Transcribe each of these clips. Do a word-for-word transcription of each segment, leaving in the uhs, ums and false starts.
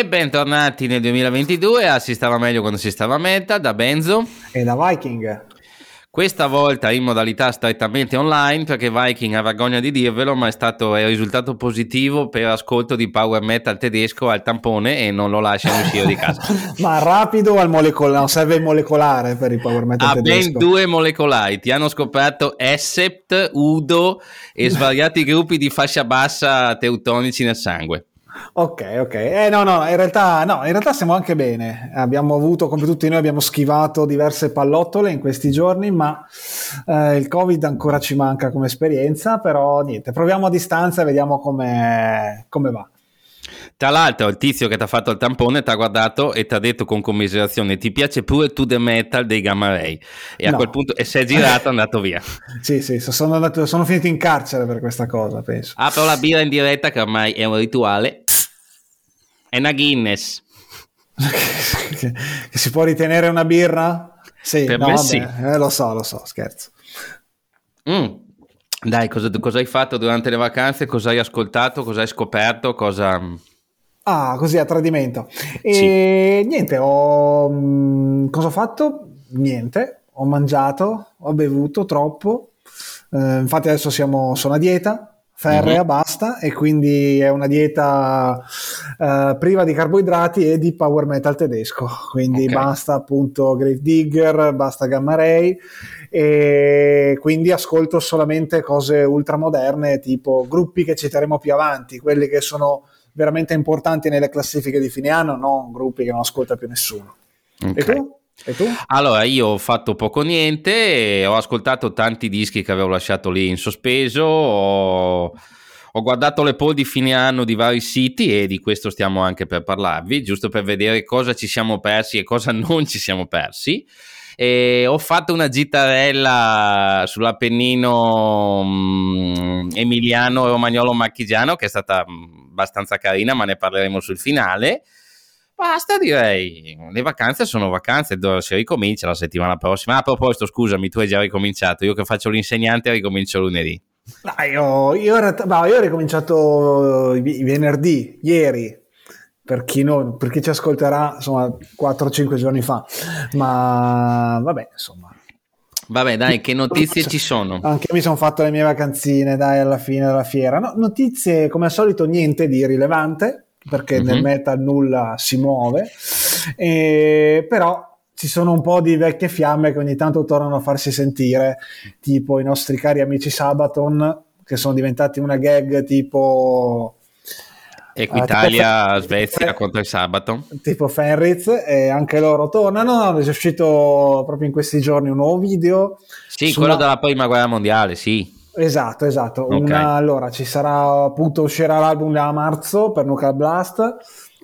E bentornati nel duemilaventidue a Si stava meglio quando si stava a metal da Benzo e da Viking. Questa volta in modalità strettamente online, perché Viking ha vergogna di dirvelo, ma è stato è risultato positivo per ascolto di power metal tedesco al tampone e non lo lasciano uscire di casa. Ma rapido al molecolare? Non serve il molecolare per il power metal ha tedesco? Ben due molecolari, ti hanno scoperto Essept, Udo e svariati gruppi di fascia bassa teutonici nel sangue. Ok, ok. Eh, no, no, in realtà, no, in realtà siamo anche bene. Abbiamo avuto, come tutti noi, abbiamo schivato diverse pallottole in questi giorni, ma eh, il Covid ancora ci manca come esperienza, però niente, proviamo a distanza e vediamo come come va. Tra l'altro il tizio che ti ha fatto il tampone ti ha guardato e ti ha detto con commiserazione: ti piace pure To The Metal dei Gamma Ray? E no. a quel punto e si è girato e è andato via. Sì, sì, sono, andato, sono finito in carcere per questa cosa, penso. Apro la birra in diretta, che ormai è un rituale. È una Guinness. che, che si può ritenere una birra? Sì, per no, me vabbè, sì. Eh, lo so, lo so, scherzo. Mm. Dai, cosa, cosa hai fatto durante le vacanze? Cosa hai ascoltato? Cosa hai scoperto? Cosa... Ah, così a tradimento. E sì. Niente, ho... cosa ho fatto? Niente, ho mangiato, ho bevuto troppo, eh, infatti adesso siamo, sono a dieta, ferrea, mm-hmm. basta, e quindi è una dieta eh, priva di carboidrati e di power metal tedesco, quindi okay. Basta appunto Gravedigger, basta Gamma Ray, e quindi ascolto solamente cose ultramoderne, tipo gruppi che citeremo più avanti, quelli che sono veramente importanti nelle classifiche di fine anno, non gruppi che non ascolta più nessuno. Okay. E tu? E tu? Allora, io ho fatto poco niente, ho ascoltato tanti dischi che avevo lasciato lì in sospeso, ho, ho guardato le poll di fine anno di vari siti e di questo stiamo anche per parlarvi, giusto per vedere cosa ci siamo persi e cosa non ci siamo persi. E ho fatto una gitarella sull'Appennino mh, emiliano romagnolo marchigiano, che è stata abbastanza carina, ma ne parleremo sul finale. Basta, direi. Le vacanze sono vacanze, si ricomincia la settimana prossima. Ah, a proposito, scusami, tu hai già ricominciato. Io che faccio l'insegnante ricomincio lunedì. No, io, io, no, io ho ricominciato i venerdì, ieri. Per chi, non, per chi ci ascolterà, insomma, quattro o cinque giorni fa, ma vabbè, insomma. Vabbè, dai, che notizie ci sono? Anche io mi sono fatto le mie vacanzine, dai, alla fine della fiera. No, notizie, come al solito, niente di rilevante, perché mm-hmm. nel metal nulla si muove, e, però ci sono un po' di vecchie fiamme che ogni tanto tornano a farsi sentire, tipo i nostri cari amici Sabaton, che sono diventati una gag tipo... Equitalia, uh, Svezia Fen- contro il sabato, tipo Fenriz, e anche loro tornano. È uscito proprio in questi giorni un nuovo video. Sì, quello una... della prima guerra mondiale, sì. Esatto, esatto. Okay. Una, allora ci sarà appunto, uscirà l'album a marzo per Nuclear Blast.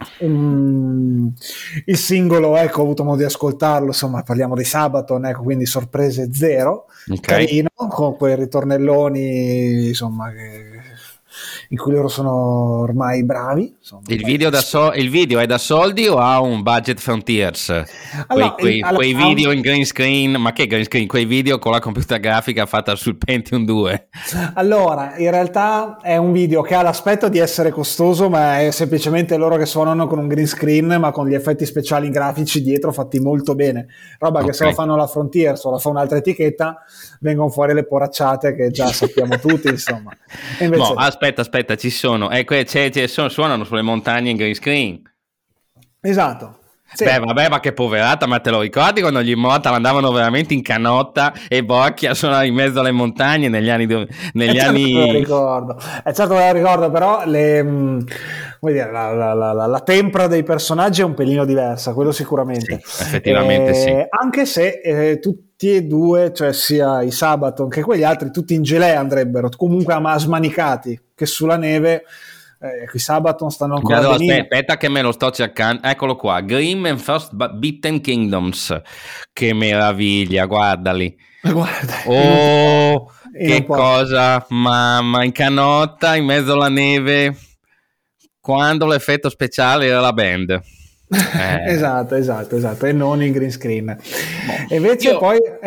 Um, il singolo, ecco, ho avuto modo di ascoltarlo, insomma, parliamo di Sabaton, ecco, quindi sorprese zero. Okay. Carino, con quei ritornelloni, insomma, che in cui loro sono ormai bravi. Insomma, il, video da so- il video è da soldi o ha un budget Frontiers? Allora, quei, quei, il, quei allora, video un... in green screen, ma che green screen? Quei video con la computer grafica fatta sul Pentium due. Allora, in realtà è un video che ha l'aspetto di essere costoso, ma è semplicemente loro che suonano con un green screen, ma con gli effetti speciali grafici dietro fatti molto bene. Roba okay. Che se lo fanno la Frontiers o la fa un'altra etichetta, vengono fuori le poracciate che già sappiamo tutti, insomma. E invece... no, aspetta, aspetta, ci sono, ecco, c'è, c'è, sono, suonano sulle montagne in green screen. Esatto. Sì. Beh, vabbè, ma che poverata, ma te lo ricordi quando gli Immortal andavano veramente in canotta e Bocchia suonava in mezzo alle montagne negli anni... Negli eh, anni... certo me lo ricordo, eh, certo me lo ricordo, però le, mh, come dire, la, la, la, la, la tempra dei personaggi è un pelino diversa, quello sicuramente. Sì, effettivamente eh, sì. Anche se eh, tutti e due, cioè sia i Sabaton che quegli altri, tutti in gelée andrebbero, comunque a smanicati, che sulla neve... Eh, qui Sabaton stanno ancora allora, aspetta, aspetta che me lo sto cercando, eccolo qua, Grim and First Beaten Kingdoms, che meraviglia, guardali. Guarda, oh, che cosa, mamma, in canotta in mezzo alla neve, quando l'effetto speciale era la band. Eh. esatto, esatto, esatto, e non in green screen. E invece io... poi eh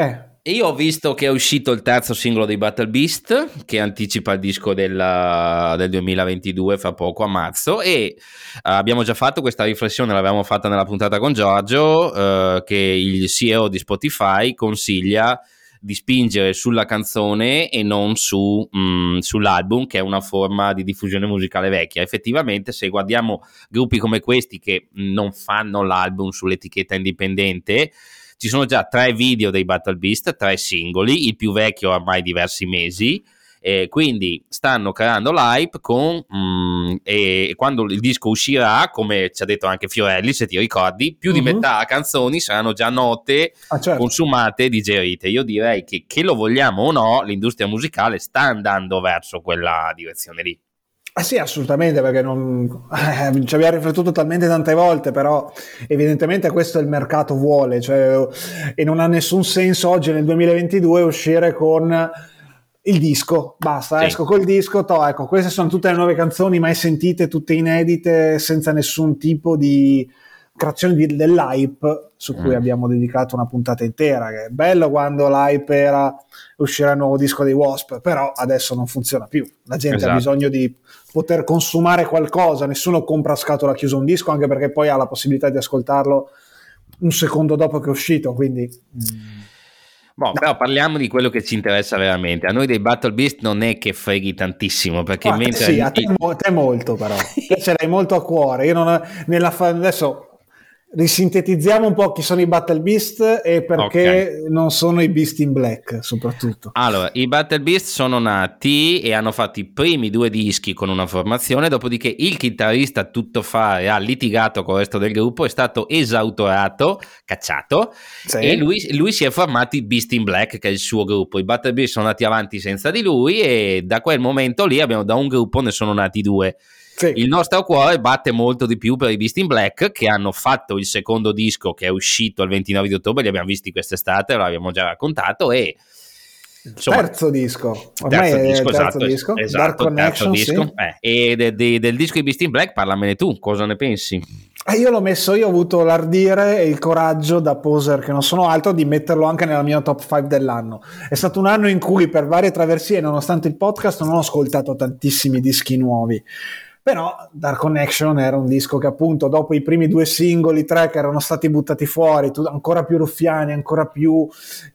E io ho visto che è uscito il terzo singolo dei Battle Beast, che anticipa il disco della, del duemilaventidue, fra poco a marzo, e uh, abbiamo già fatto questa riflessione, l'avevamo fatta nella puntata con Giorgio, uh, che il C E O di Spotify consiglia di spingere sulla canzone e non su, mh, sull'album, che è una forma di diffusione musicale vecchia. Effettivamente, se guardiamo gruppi come questi che non fanno l'album sull'etichetta indipendente, ci sono già tre video dei Battle Beast, tre singoli, il più vecchio ormai diversi mesi, e quindi stanno creando l'hype con, mm, e quando il disco uscirà, come ci ha detto anche Fiorelli, se ti ricordi, più uh-huh. di metà canzoni saranno già note, ah, certo. consumate e digerite. Io direi che, che lo vogliamo o no, l'industria musicale sta andando verso quella direzione lì. Ah sì, assolutamente, perché non eh, ci abbiamo riflettuto talmente tante volte, però evidentemente questo il mercato vuole, cioè, e non ha nessun senso oggi nel duemilaventidue uscire con il disco, basta, sì. esco col disco, to, ecco, queste sono tutte le nuove canzoni mai sentite, tutte inedite, senza nessun tipo di creazione di, dell'hype, su cui mm. abbiamo dedicato una puntata intera, che è bello quando l'hype era uscire il nuovo disco dei Wasp, però adesso non funziona più, la gente esatto. ha bisogno di poter consumare qualcosa, nessuno compra a scatola chiusa un disco, anche perché poi ha la possibilità di ascoltarlo un secondo dopo che è uscito, quindi... Mm. Boh, no. Però parliamo di quello che ci interessa veramente. A noi dei Battle Beast non è che freghi tantissimo, perché ah, mentre... Sì, a te, a te molto però, te ce l'hai molto a cuore. Io non ho, nella fa... adesso risintetizziamo un po' chi sono i Battle Beast e perché okay. non sono i Beast in Black soprattutto. Allora, i Battle Beast sono nati e hanno fatto i primi due dischi con una formazione, dopodiché il chitarrista tuttofare ha litigato con il resto del gruppo, è stato esautorato, cacciato, sì. e lui, lui si è formato i Beast in Black, che è il suo gruppo. I Battle Beast sono andati avanti senza di lui e da quel momento lì abbiamo, da un gruppo ne sono nati due. Sì. Il nostro cuore batte molto di più per i Beast in Black, che hanno fatto il secondo disco che è uscito il ventinove di ottobre, li abbiamo visti quest'estate, lo abbiamo già raccontato, e insomma, terzo disco ormai terzo disco, terzo esatto, disco. esatto, Dark Connection, terzo disco. Sì. Eh, e de, de, del disco di Beast in Black parlamene tu, cosa ne pensi? Eh, io l'ho messo, io ho avuto l'ardire e il coraggio, da poser che non sono altro, di metterlo anche nella mia top cinque dell'anno. È stato un anno in cui per varie traversie, nonostante il podcast, non ho ascoltato tantissimi dischi nuovi. Però Dark Connection era un disco che appunto dopo i primi due singoli, tre che erano stati buttati fuori, ancora più ruffiani, ancora più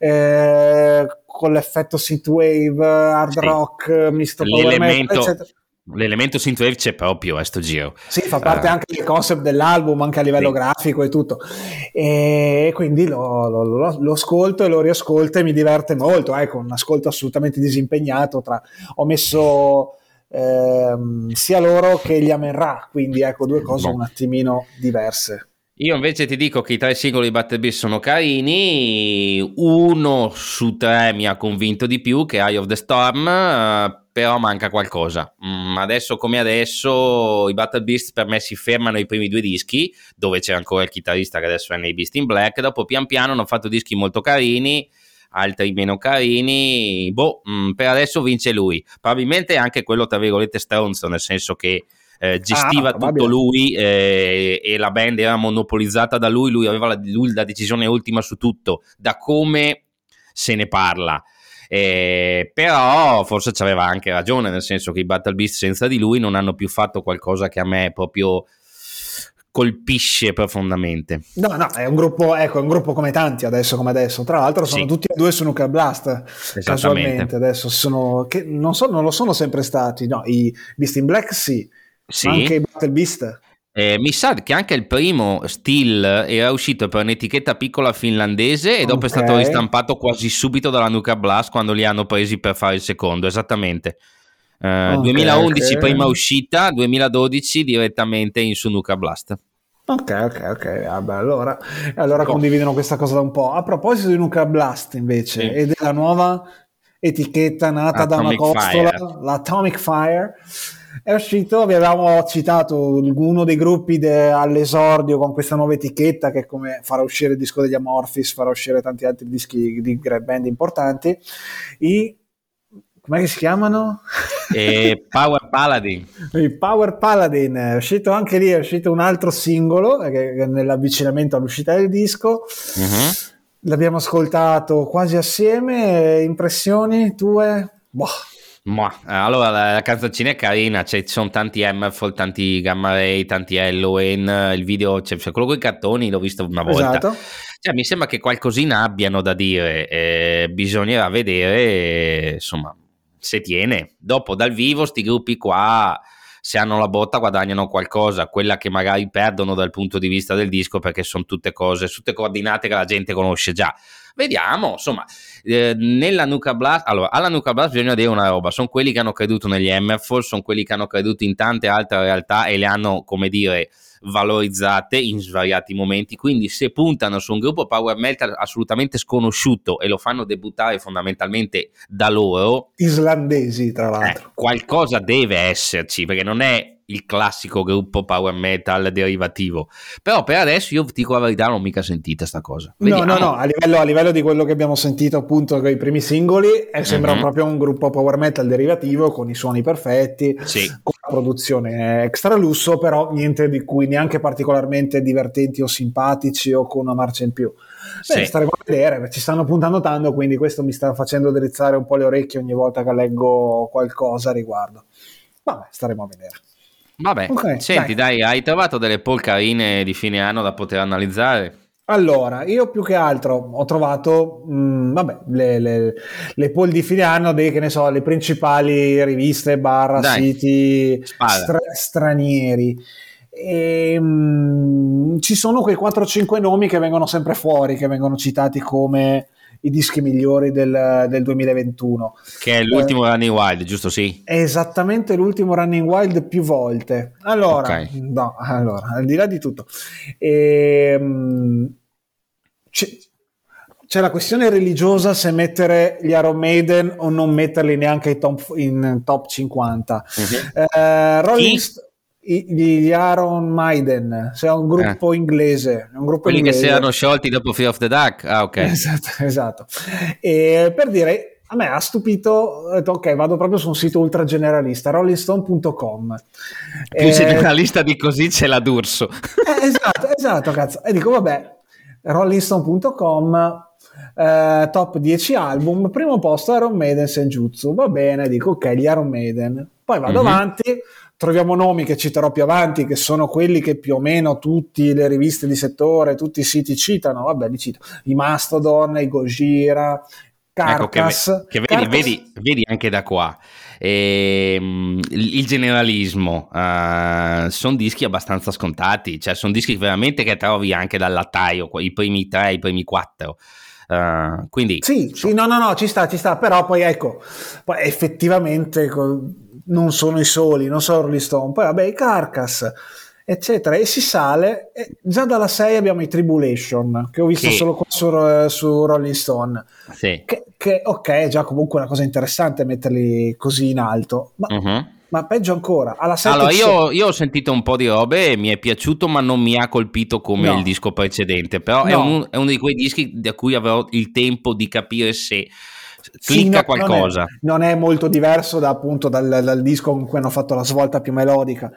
eh, con l'effetto synthwave, hard sì. rock, misto power metal, eccetera. L'elemento synthwave c'è proprio a sto giro. Sì, fa parte uh. anche del concept dell'album, anche a livello sì. grafico e tutto. E quindi lo, lo, lo, lo ascolto e lo riascolto e mi diverte molto. Ecco, un ascolto assolutamente disimpegnato. Tra... Ho messo... Ehm, sia loro che gli Amen-Ra, quindi ecco due cose un attimino diverse. Io invece ti dico che i tre singoli Battle Beast sono carini, uno su tre mi ha convinto di più, che è Eye of the Storm, uh, però manca qualcosa. Mm, adesso come adesso i Battle Beast per me si fermano ai primi due dischi, dove c'è ancora il chitarrista che adesso è nei Beast in Black, dopo pian piano hanno fatto dischi molto carini, altri meno carini, boh, mh, per adesso vince lui, probabilmente anche quello tra virgolette stronzo, nel senso che eh, gestiva ah, tutto lui eh, e la band era monopolizzata da lui, lui aveva la, lui la decisione ultima su tutto, da come se ne parla, eh, però forse c'aveva anche ragione, nel senso che i Battle Beast senza di lui non hanno più fatto qualcosa che a me proprio colpisce profondamente. No, no, è un gruppo, ecco, è un gruppo come tanti adesso come adesso. Tra l'altro sono sì. tutti e due su Nuclear Blast. Casualmente adesso sono che non so, non lo sono sempre stati. No, i Beast in Black sì, sì. ma anche i Battle Beast. Eh, mi sa che anche il primo Steel era uscito per un'etichetta piccola finlandese e dopo okay. è stato ristampato quasi subito dalla Nuclear Blast quando li hanno presi per fare il secondo, esattamente. Uh, okay, duemilaundici okay. prima uscita, duemiladodici direttamente in su Nuclear Blast. Ok, ok, ok. Vabbè, allora, allora oh. condividono questa cosa da un po'. A proposito di Nuclear Blast, invece, sì. e della nuova etichetta nata Atomic da una costola, Fire. l'Atomic Fire, è uscito. Vi avevamo citato uno dei gruppi de, all'esordio con questa nuova etichetta, che come farà uscire il disco degli Amorphis, farà uscire tanti altri dischi di band importanti. I Come si chiamano? E Power Paladin. Il Power Paladin è uscito anche lì, è uscito un altro singolo che, che nell'avvicinamento all'uscita del disco. Uh-huh. l'abbiamo ascoltato quasi assieme, impressioni tue? Boh. Ma, allora la, la canzoncina è carina, cioè, ci sono tanti Hammerfall, tanti Gamma Ray, tanti Halloween, il video, cioè, cioè, quello con i cartoni l'ho visto una volta, Esatto. cioè, mi sembra che qualcosina abbiano da dire, eh, bisognerà vedere, eh, insomma, se tiene. Dopo dal vivo sti gruppi qua, se hanno la botta guadagnano qualcosa, quella che magari perdono dal punto di vista del disco, perché sono tutte cose, tutte coordinate che la gente conosce già. Vediamo, insomma, eh, nella Nuka Blast, allora, alla Nuka Blast bisogna dire una roba, sono quelli che hanno creduto negli Hammerfall, sono quelli che hanno creduto in tante altre realtà e le hanno, come dire, valorizzate in svariati momenti, quindi se puntano su un gruppo power metal assolutamente sconosciuto e lo fanno debuttare fondamentalmente da loro, islandesi tra l'altro, eh, qualcosa deve esserci, perché non è il classico gruppo power metal derivativo, però per adesso io ti dico la verità, non ho mica sentita sta cosa. Vediamo. No, no, no, a livello, a livello di quello che abbiamo sentito appunto con i primi singoli, eh, sembra mm-hmm. proprio un gruppo power metal derivativo con i suoni perfetti, sì. con la produzione extra lusso, però niente di cui neanche particolarmente divertenti o simpatici o con una marcia in più. Beh, sì. Staremo a vedere, ci stanno puntando tanto, quindi questo mi sta facendo drizzare un po' le orecchie ogni volta che leggo qualcosa a riguardo. Vabbè, staremo a vedere. Vabbè, okay, senti dai. dai, hai trovato delle poll carine di fine anno da poter analizzare? Allora, io più che altro ho trovato mh, vabbè, le, le, le poll di fine anno dei, che ne so, le principali riviste barra dai, siti stra- stranieri. E, mh, ci sono quei quattro cinque nomi che vengono sempre fuori, che vengono citati come i dischi migliori del, del duemilaventuno, che è l'ultimo eh, Running Wild, giusto? Sì, è esattamente l'ultimo Running Wild più volte. Allora, okay. no, allora al di là di tutto, ehm, c'è, c'è la questione religiosa se mettere gli Iron Maiden o non metterli neanche in top, in top cinquanta. Uh-huh. eh, Rolling St- gli Iron Maiden, se è un gruppo eh. inglese, un gruppo quelli inglese. Che si erano sciolti dopo Fear of the Dark. Ah, ok. Esatto, esatto. E per dire, a me ha stupito, ho detto, ok, vado proprio su un sito ultra generalista, rolling stone punto com. Più eh, generalista di così c'è la D'Urso. Eh, esatto, esatto, cazzo. E dico, vabbè, rolling stone punto com, eh, top dieci album, primo posto Iron Maiden Senjutsu, va bene, dico, ok, gli Iron Maiden. Poi vado mm-hmm. avanti, troviamo nomi che citerò più avanti, che sono quelli che più o meno tutte le riviste di settore, tutti i siti citano, vabbè, li cito, i Mastodon, i Gojira, Carcass. Ecco, che, che vedi, Carcass. Vedi, vedi anche da qua, ehm, il generalismo, uh, sono dischi abbastanza scontati, cioè sono dischi veramente che trovi anche dal lattaio, i primi tre, i primi quattro. Uh, quindi sì, sì, no, no, no, ci sta, ci sta, però poi ecco, poi effettivamente non sono i soli, non sono Rolling Stone, poi vabbè i Carcass, eccetera, e si sale, e già dalla sei abbiamo i Tribulation, che ho visto che... solo qua su, su Rolling Stone, sì. che, che ok, è già comunque una cosa interessante metterli così in alto, ma... Uh-huh. Ma peggio ancora, alla sette allora io, io ho sentito un po' di robe e mi è piaciuto, ma non mi ha colpito come no. il disco precedente, però no. è, un, è uno di quei dischi da cui avrò il tempo di capire se clicca sì, no, qualcosa. Non è, non è molto diverso da, appunto dal, dal disco con cui hanno fatto la svolta più melodica,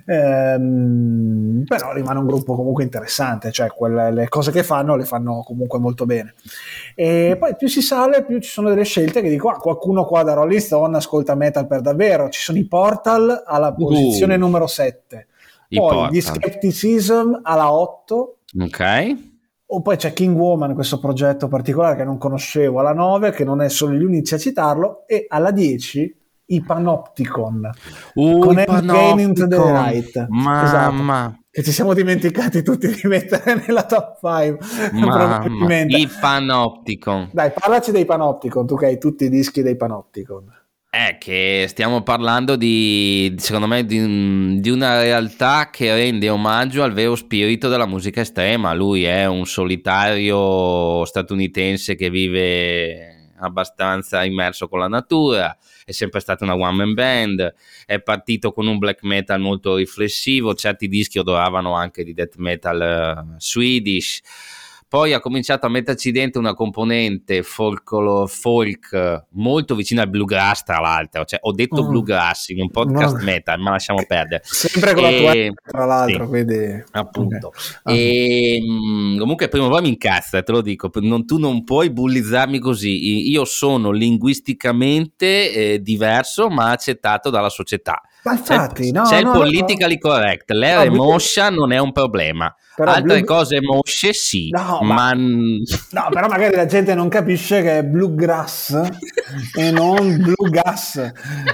ehm, però rimane un gruppo comunque interessante, cioè quelle, le cose che fanno le fanno comunque molto bene. E poi più si sale più ci sono delle scelte che dico, ah, qualcuno qua da Rolling Stone ascolta metal per davvero, ci sono i Portal alla posizione uh, numero sette, poi gli Skepticism alla otto, ok. O poi c'è King Woman, questo progetto particolare che non conoscevo, alla nove, che non è solo gli unici a citarlo, e alla dieci i Panopticon. Uh, con i Panopticon. Into the Light. Mamma. Esatto. Che ci siamo dimenticati tutti di mettere nella top cinque. Probabilmente. I Panopticon. Dai, parlaci dei Panopticon, tu che hai tutti i dischi dei Panopticon. È che stiamo parlando di, secondo me, di, di una realtà che rende omaggio al vero spirito della musica estrema. Lui è un solitario statunitense che vive abbastanza immerso con la natura, è sempre stata una one man band, è partito con un black metal molto riflessivo, certi dischi odoravano anche di death metal uh, Swedish. poi ha cominciato a metterci dentro una componente folk, folk molto vicina al bluegrass, tra l'altro, cioè ho detto Mm. bluegrass in un podcast No. metal, ma lasciamo perdere. Sempre con E- la tua tra l'altro, sì, quindi appunto. ok. Ah. E mh, comunque prima o poi mi incazza, te lo dico, non- tu non puoi bullizzarmi così. I- io sono linguisticamente eh, diverso ma accettato dalla società. Ma C'è il, infatti, no, c'è il no, politically no. correct, No, l'era Blue- moscia non è un problema, però altre Blue- cose mosce sì, No, ma, ma- No, però magari la gente non capisce che è bluegrass e non blue gas.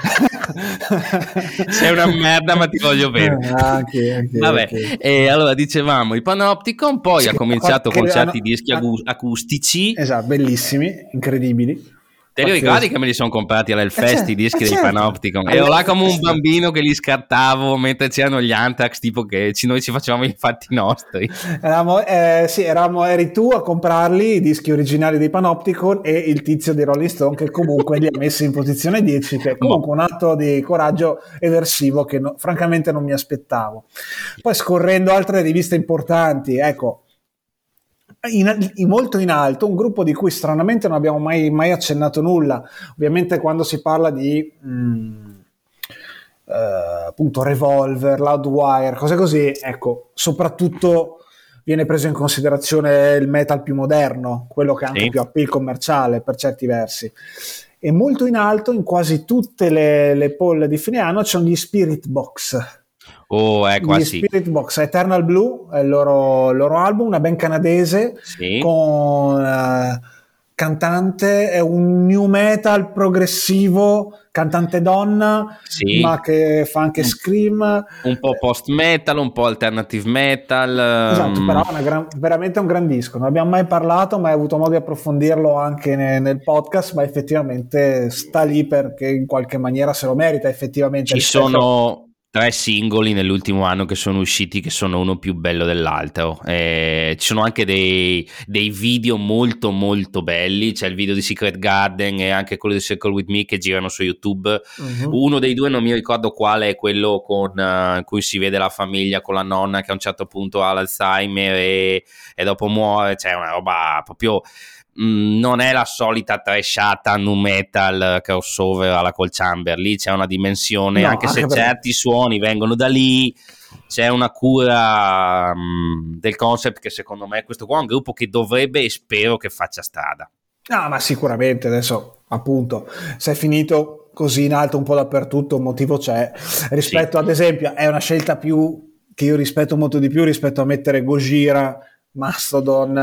sei una merda ma ti voglio bene. Ah, ok, ok, Vabbè, ok. e allora dicevamo i Panopticon, poi Sì, ha cominciato che con certi hanno- dischi agu- acustici. Esatto, bellissimi, incredibili. Te li Pazzeschi. ricordi che me li sono comprati all'Hellfest Eh, i dischi eh, dei certo. Panopticon? Ero là come un All'Hellfest. bambino che li scartavo mentre c'erano gli Anthrax, tipo che ci- noi ci facevamo i fatti nostri. Eravamo, eh, sì, eravamo, eri tu a comprarli, i dischi originali dei Panopticon, e il tizio di Rolling Stone che comunque li ha messi in posizione dieci, che è comunque un atto di coraggio eversivo che no- francamente non mi aspettavo. Poi scorrendo altre riviste importanti, ecco, in, in molto in alto, un gruppo di cui stranamente non abbiamo mai, mai accennato nulla. Ovviamente quando si parla di mh, eh, appunto Revolver, Loudwire, cose così, ecco, soprattutto viene preso in considerazione il metal più moderno, quello che ha anche Sì. più appeal commerciale per certi versi. E molto in alto, in quasi tutte le, le poll di fine anno, c'è gli Spirit Box. Oh, ecco, Gli sì. Spirit Box, Eternal Blue è il loro, il loro album, una band canadese Sì. con eh, cantante, è un new metal progressivo, cantante donna, Sì. ma che fa anche Un- scream. Un po' post metal, un po' alternative metal. Esatto, um, però è una gran- veramente un gran disco. Non abbiamo mai parlato, ma hai avuto modo di approfondirlo anche ne- nel podcast, ma effettivamente sta lì perché in qualche maniera se lo merita effettivamente. Ci rispetto- sono tre singoli nell'ultimo anno che sono usciti, che sono uno più bello dell'altro. Eh, ci sono anche dei, dei video molto molto belli. C'è il video di Secret Garden e anche quello di Circle With Me che girano su YouTube. Mhm. Uno dei due non mi ricordo quale è quello con uh, in cui si vede la famiglia con la nonna che a un certo punto ha l'Alzheimer e, e dopo muore. C'è una roba proprio mh, non è la solita trashata nu metal crossover alla Cold Chamber. Lì c'è una dimensione, No, anche se anche perché- certi suoni vengono da lì, c'è una cura mh, del concept che secondo me questo qua è un gruppo che dovrebbe e spero che faccia strada. Ah, ma sicuramente adesso, appunto, se è finito così in alto un po' dappertutto, un motivo c'è. Rispetto, Sì. ad esempio, è una scelta più che io rispetto molto di più rispetto a mettere Gojira, Mastodon,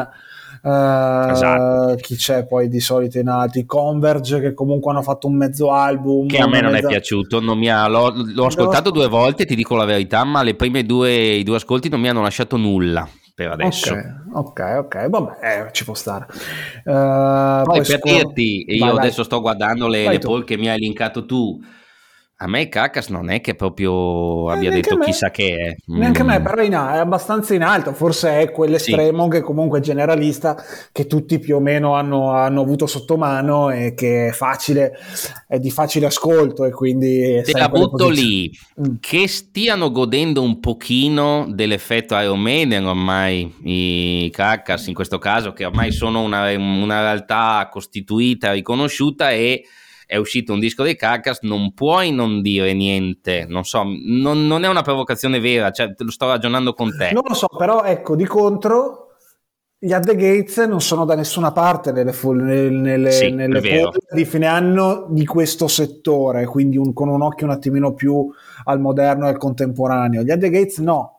eh, Esatto. chi c'è poi di solito in alto, i Converge che comunque hanno fatto un mezzo album. Che a me una non mezza- è piaciuto, non mi ha, l'ho, l'ho ascoltato due volte, ti dico la verità, ma le prime due, i due ascolti non mi hanno lasciato nulla per adesso. Ok, ok, ok, vabbè, eh, ci può stare. Eh, Poi poi per scor- dirti, io Vai, vai. adesso sto guardando le, Vai le tu. poll che mi hai linkato tu. A me Carcass non è che proprio Eh, abbia neanche detto a me. chissà che è. Neanche a me, Mm. però in a- è abbastanza in alto, forse è quell'estremo che comunque è generalista, che tutti più o meno hanno, hanno avuto sotto mano e che è facile, è di facile ascolto e quindi Te sta la in quelle butto posizioni. lì, Mm. che stiano godendo un pochino dell'effetto Iron Maiden ormai i Carcass in questo caso, che ormai sono una, una realtà costituita, riconosciuta, e è uscito un disco dei Carcass, non puoi non dire niente, non so, non, non è una provocazione vera, cioè te lo sto ragionando con te. Non lo so, però ecco, di contro gli At the Gates non sono da nessuna parte nelle, full- nel- nelle, Sì, è nelle vero. poll di fine anno di questo settore, quindi un- con un occhio un attimino più al moderno e al contemporaneo. Gli At the Gates no.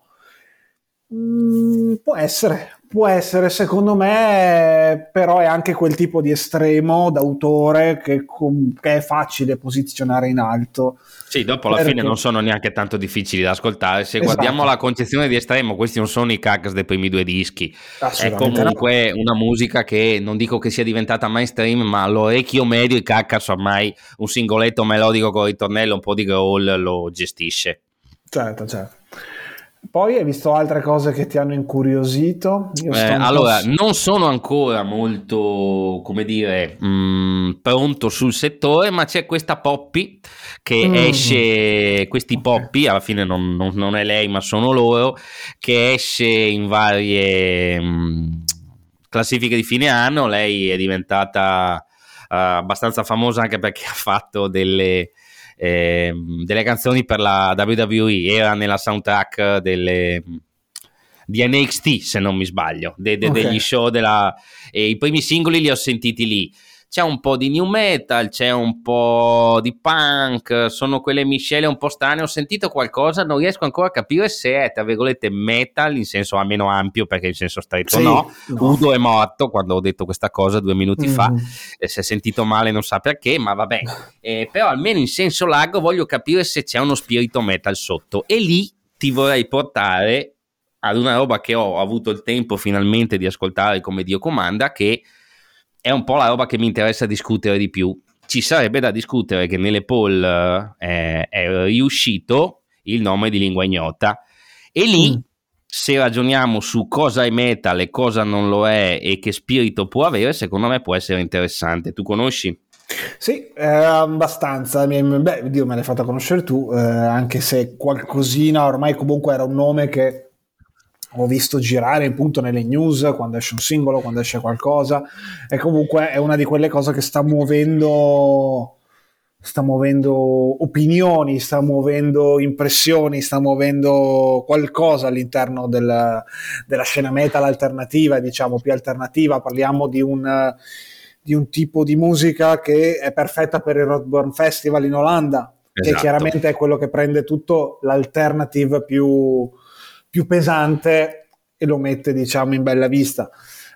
Mm, può essere, può essere, secondo me, però è anche quel tipo di estremo d'autore che, com- che è facile posizionare in alto. Sì, dopo alla Perché- fine non sono neanche tanto difficili da ascoltare. Se Esatto. guardiamo la concezione di estremo, questi non sono i Carcass dei primi due dischi. È Assolutamente comunque una musica che non dico che sia diventata mainstream, ma all'orecchio medio i Carcass ormai un singoletto melodico con ritornello, un po' di growl lo gestisce. Certo, certo. Poi hai visto altre cose che ti hanno incuriosito? Io sto Eh, un po' allora, s- non sono ancora molto, come dire, mh, pronto sul settore, ma c'è questa Poppy che Mm. esce, questi Ok. Poppy, alla fine non, non- non è lei, ma sono loro, che esce in varie mh, classifiche di fine anno. Lei è diventata uh, abbastanza famosa anche perché ha fatto delle, eh, delle canzoni per la W W E, era nella soundtrack delle, di N X T se non mi sbaglio, de, de, okay. degli show della, e i primi singoli li ho sentiti lì. C'è un po' di new metal, c'è un po' di punk, sono quelle miscele un po' strane. Ho sentito qualcosa, non riesco ancora a capire se è, tra virgolette, metal in senso a meno ampio, perché in senso stretto sì, no. no. Udo è morto quando ho detto questa cosa due minuti mm-hmm. fa, e si è sentito male, non sa perché, ma vabbè. Eh, però almeno in senso largo voglio capire se c'è uno spirito metal sotto, e lì ti vorrei portare ad una roba che ho avuto il tempo finalmente di ascoltare come Dio comanda, che è un po' la roba che mi interessa discutere di più. Ci sarebbe da discutere che nelle poll eh, è riuscito il nome di Lingua Ignota, e lì mm. se ragioniamo su cosa è metal e cosa non lo è e che spirito può avere, secondo me può essere interessante. Tu conosci? Sì, eh, abbastanza. Beh, Dio, me l'hai fatta conoscere tu, eh, anche se qualcosina ormai comunque era un nome che ho visto girare appunto nelle news quando esce un singolo, quando esce qualcosa, e comunque è una di quelle cose che sta muovendo sta muovendo opinioni, sta muovendo impressioni, sta muovendo qualcosa all'interno del, della scena metal alternativa, diciamo più alternativa. Parliamo di un, di un tipo di musica che è perfetta per il Roadburn Festival in Olanda, esatto. Che chiaramente è quello che prende tutto l'alternative più più pesante e lo mette, diciamo, in bella vista.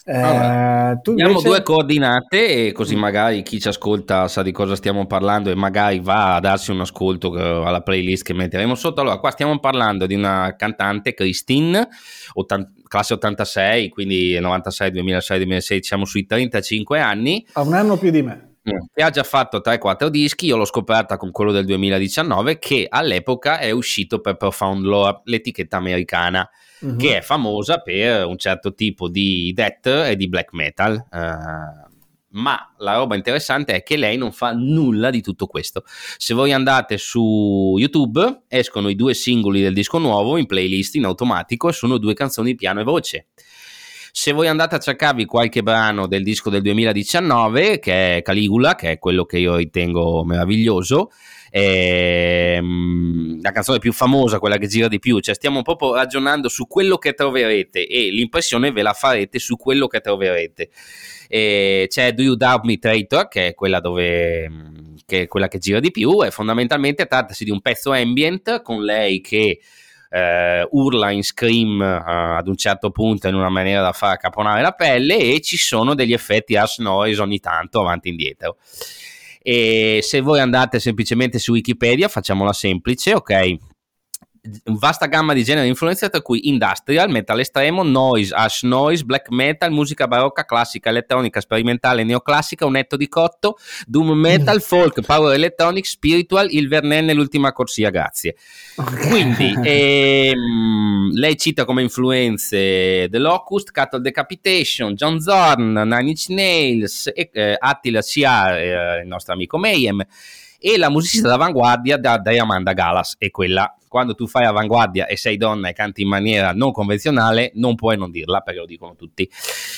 Allora, eh, tu diamo invece... due coordinate, e così magari chi ci ascolta sa di cosa stiamo parlando e magari va a darsi un ascolto alla playlist che metteremo sotto. Allora, qua stiamo parlando di una cantante, Christine, ottanta, classe ottantasei, quindi novantasei, duemilasei, duemilasei, siamo sui trentacinque anni. Ha un anno più di me. Che ha già fatto tre quattro dischi. Io l'ho scoperta con quello del duemiladiciannove, che all'epoca è uscito per Profound Lore, l'etichetta americana, uh-huh. che è famosa per un certo tipo di death e di black metal, uh, ma la roba interessante è che lei non fa nulla di tutto questo. Se voi andate su YouTube escono i due singoli del disco nuovo in playlist in automatico, e sono due canzoni di piano e voce. Se voi andate a cercarvi qualche brano del disco del duemiladiciannove, che è Caligula, che è quello che io ritengo meraviglioso, è la canzone più famosa, quella che gira di più, cioè stiamo proprio ragionando su quello che troverete e l'impressione ve la farete su quello che troverete. E c'è Do You Doubt Me Traitor, che è quella dove che è quella che gira di più, e fondamentalmente trattasi di un pezzo ambient con lei che Uh, urla in scream uh, ad un certo punto in una maniera da far caponare la pelle, e ci sono degli effetti harsh noise ogni tanto avanti e indietro. E se voi andate semplicemente su Wikipedia, facciamola semplice, ok, vasta gamma di generi e influenze, tra cui industrial, metal estremo, noise, harsh noise, black metal, musica barocca, classica, elettronica, sperimentale, neoclassica, un etto di cotto, doom metal, folk, power electronic, spiritual, il Vernen e l'ultima corsia, grazie. Okay. Quindi ehm, lei cita come influenze The Locust, Cattle Decapitation, John Zorn, Nine Inch Nails, e, eh, Attila Ciar, eh, il nostro amico Mayhem, e la musicista d'avanguardia da Diamanda Galas. E quella, quando tu fai avanguardia e sei donna e canti in maniera non convenzionale, non puoi non dirla, perché lo dicono tutti.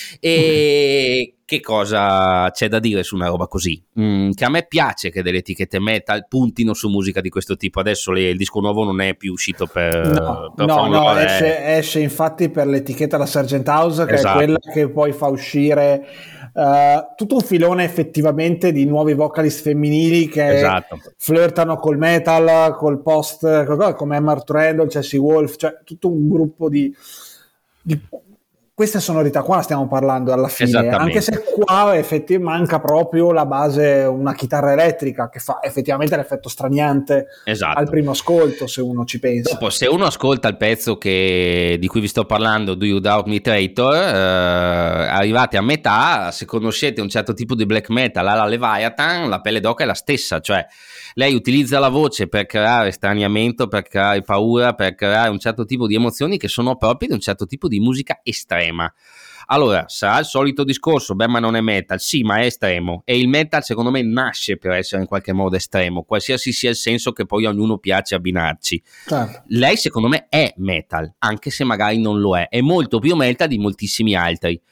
E che cosa c'è da dire su una roba così? Mm, che a me piace che delle etichette metal puntino su musica di questo tipo. Adesso le, il disco nuovo non è più uscito per... No, per no, no esce, esce infatti per l'etichetta la Sargent House, che esatto. è quella che poi fa uscire... Uh, tutto un filone effettivamente di nuovi vocalist femminili che esatto. flirtano col metal, col post, come Emma Randall, Chelsea Wolf, cioè tutto un gruppo di, di queste sonorità qua stiamo parlando alla fine, anche se qua effettivamente manca proprio la base, una chitarra elettrica che fa effettivamente l'effetto straniante esatto. al primo ascolto, se uno ci pensa. Dopo, se uno ascolta il pezzo che, di cui vi sto parlando, Do You Doubt Me Traitor, eh, arrivate a metà, se conoscete un certo tipo di black metal alla Leviathan, la pelle d'oca è la stessa, cioè lei utilizza la voce per creare straniamento, per creare paura, per creare un certo tipo di emozioni che sono proprie di un certo tipo di musica estrema. Allora, sarà il solito discorso, beh, ma non è metal, sì, ma è estremo, e il metal secondo me nasce per essere in qualche modo estremo, qualsiasi sia il senso che poi a ognuno piace abbinarci. Certo. Lei secondo me è metal, anche se magari non lo è, è molto più metal di moltissimi altri.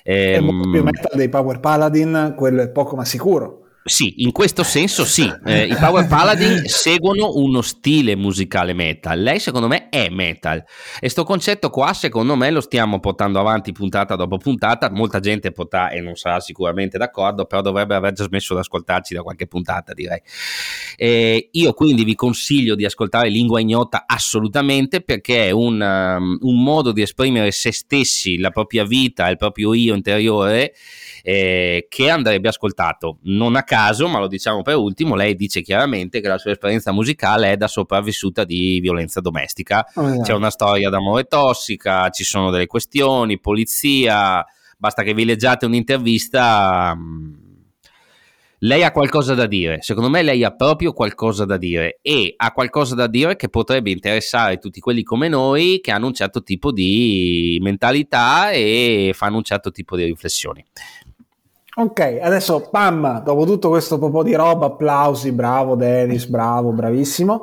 È molto più metal dei Power Paladin, quello è poco ma sicuro. Sì, in questo senso sì, eh, i Power Paladin seguono uno stile musicale metal, lei secondo me è metal e sto concetto qua secondo me lo stiamo portando avanti puntata dopo puntata, molta gente potrà e non sarà sicuramente d'accordo, però dovrebbe aver già smesso di ascoltarci da qualche puntata direi. Eh, io quindi vi consiglio di ascoltare Lingua Ignota assolutamente, perché è un, um, un modo di esprimere se stessi, la propria vita, il proprio io interiore, Eh, che andrebbe ascoltato. Non a caso, ma lo diciamo per ultimo, lei dice chiaramente che la sua esperienza musicale è da sopravvissuta di violenza domestica. Oh, yeah. C'è una storia d'amore tossica, ci sono delle questioni, polizia, basta che vi leggiate un'intervista. Lei ha qualcosa da dire, secondo me lei ha proprio qualcosa da dire e ha qualcosa da dire che potrebbe interessare tutti quelli come noi che hanno un certo tipo di mentalità e fanno un certo tipo di riflessioni. Ok, adesso pam, dopo tutto questo po' di roba, applausi, bravo Dennis, bravo, bravissimo.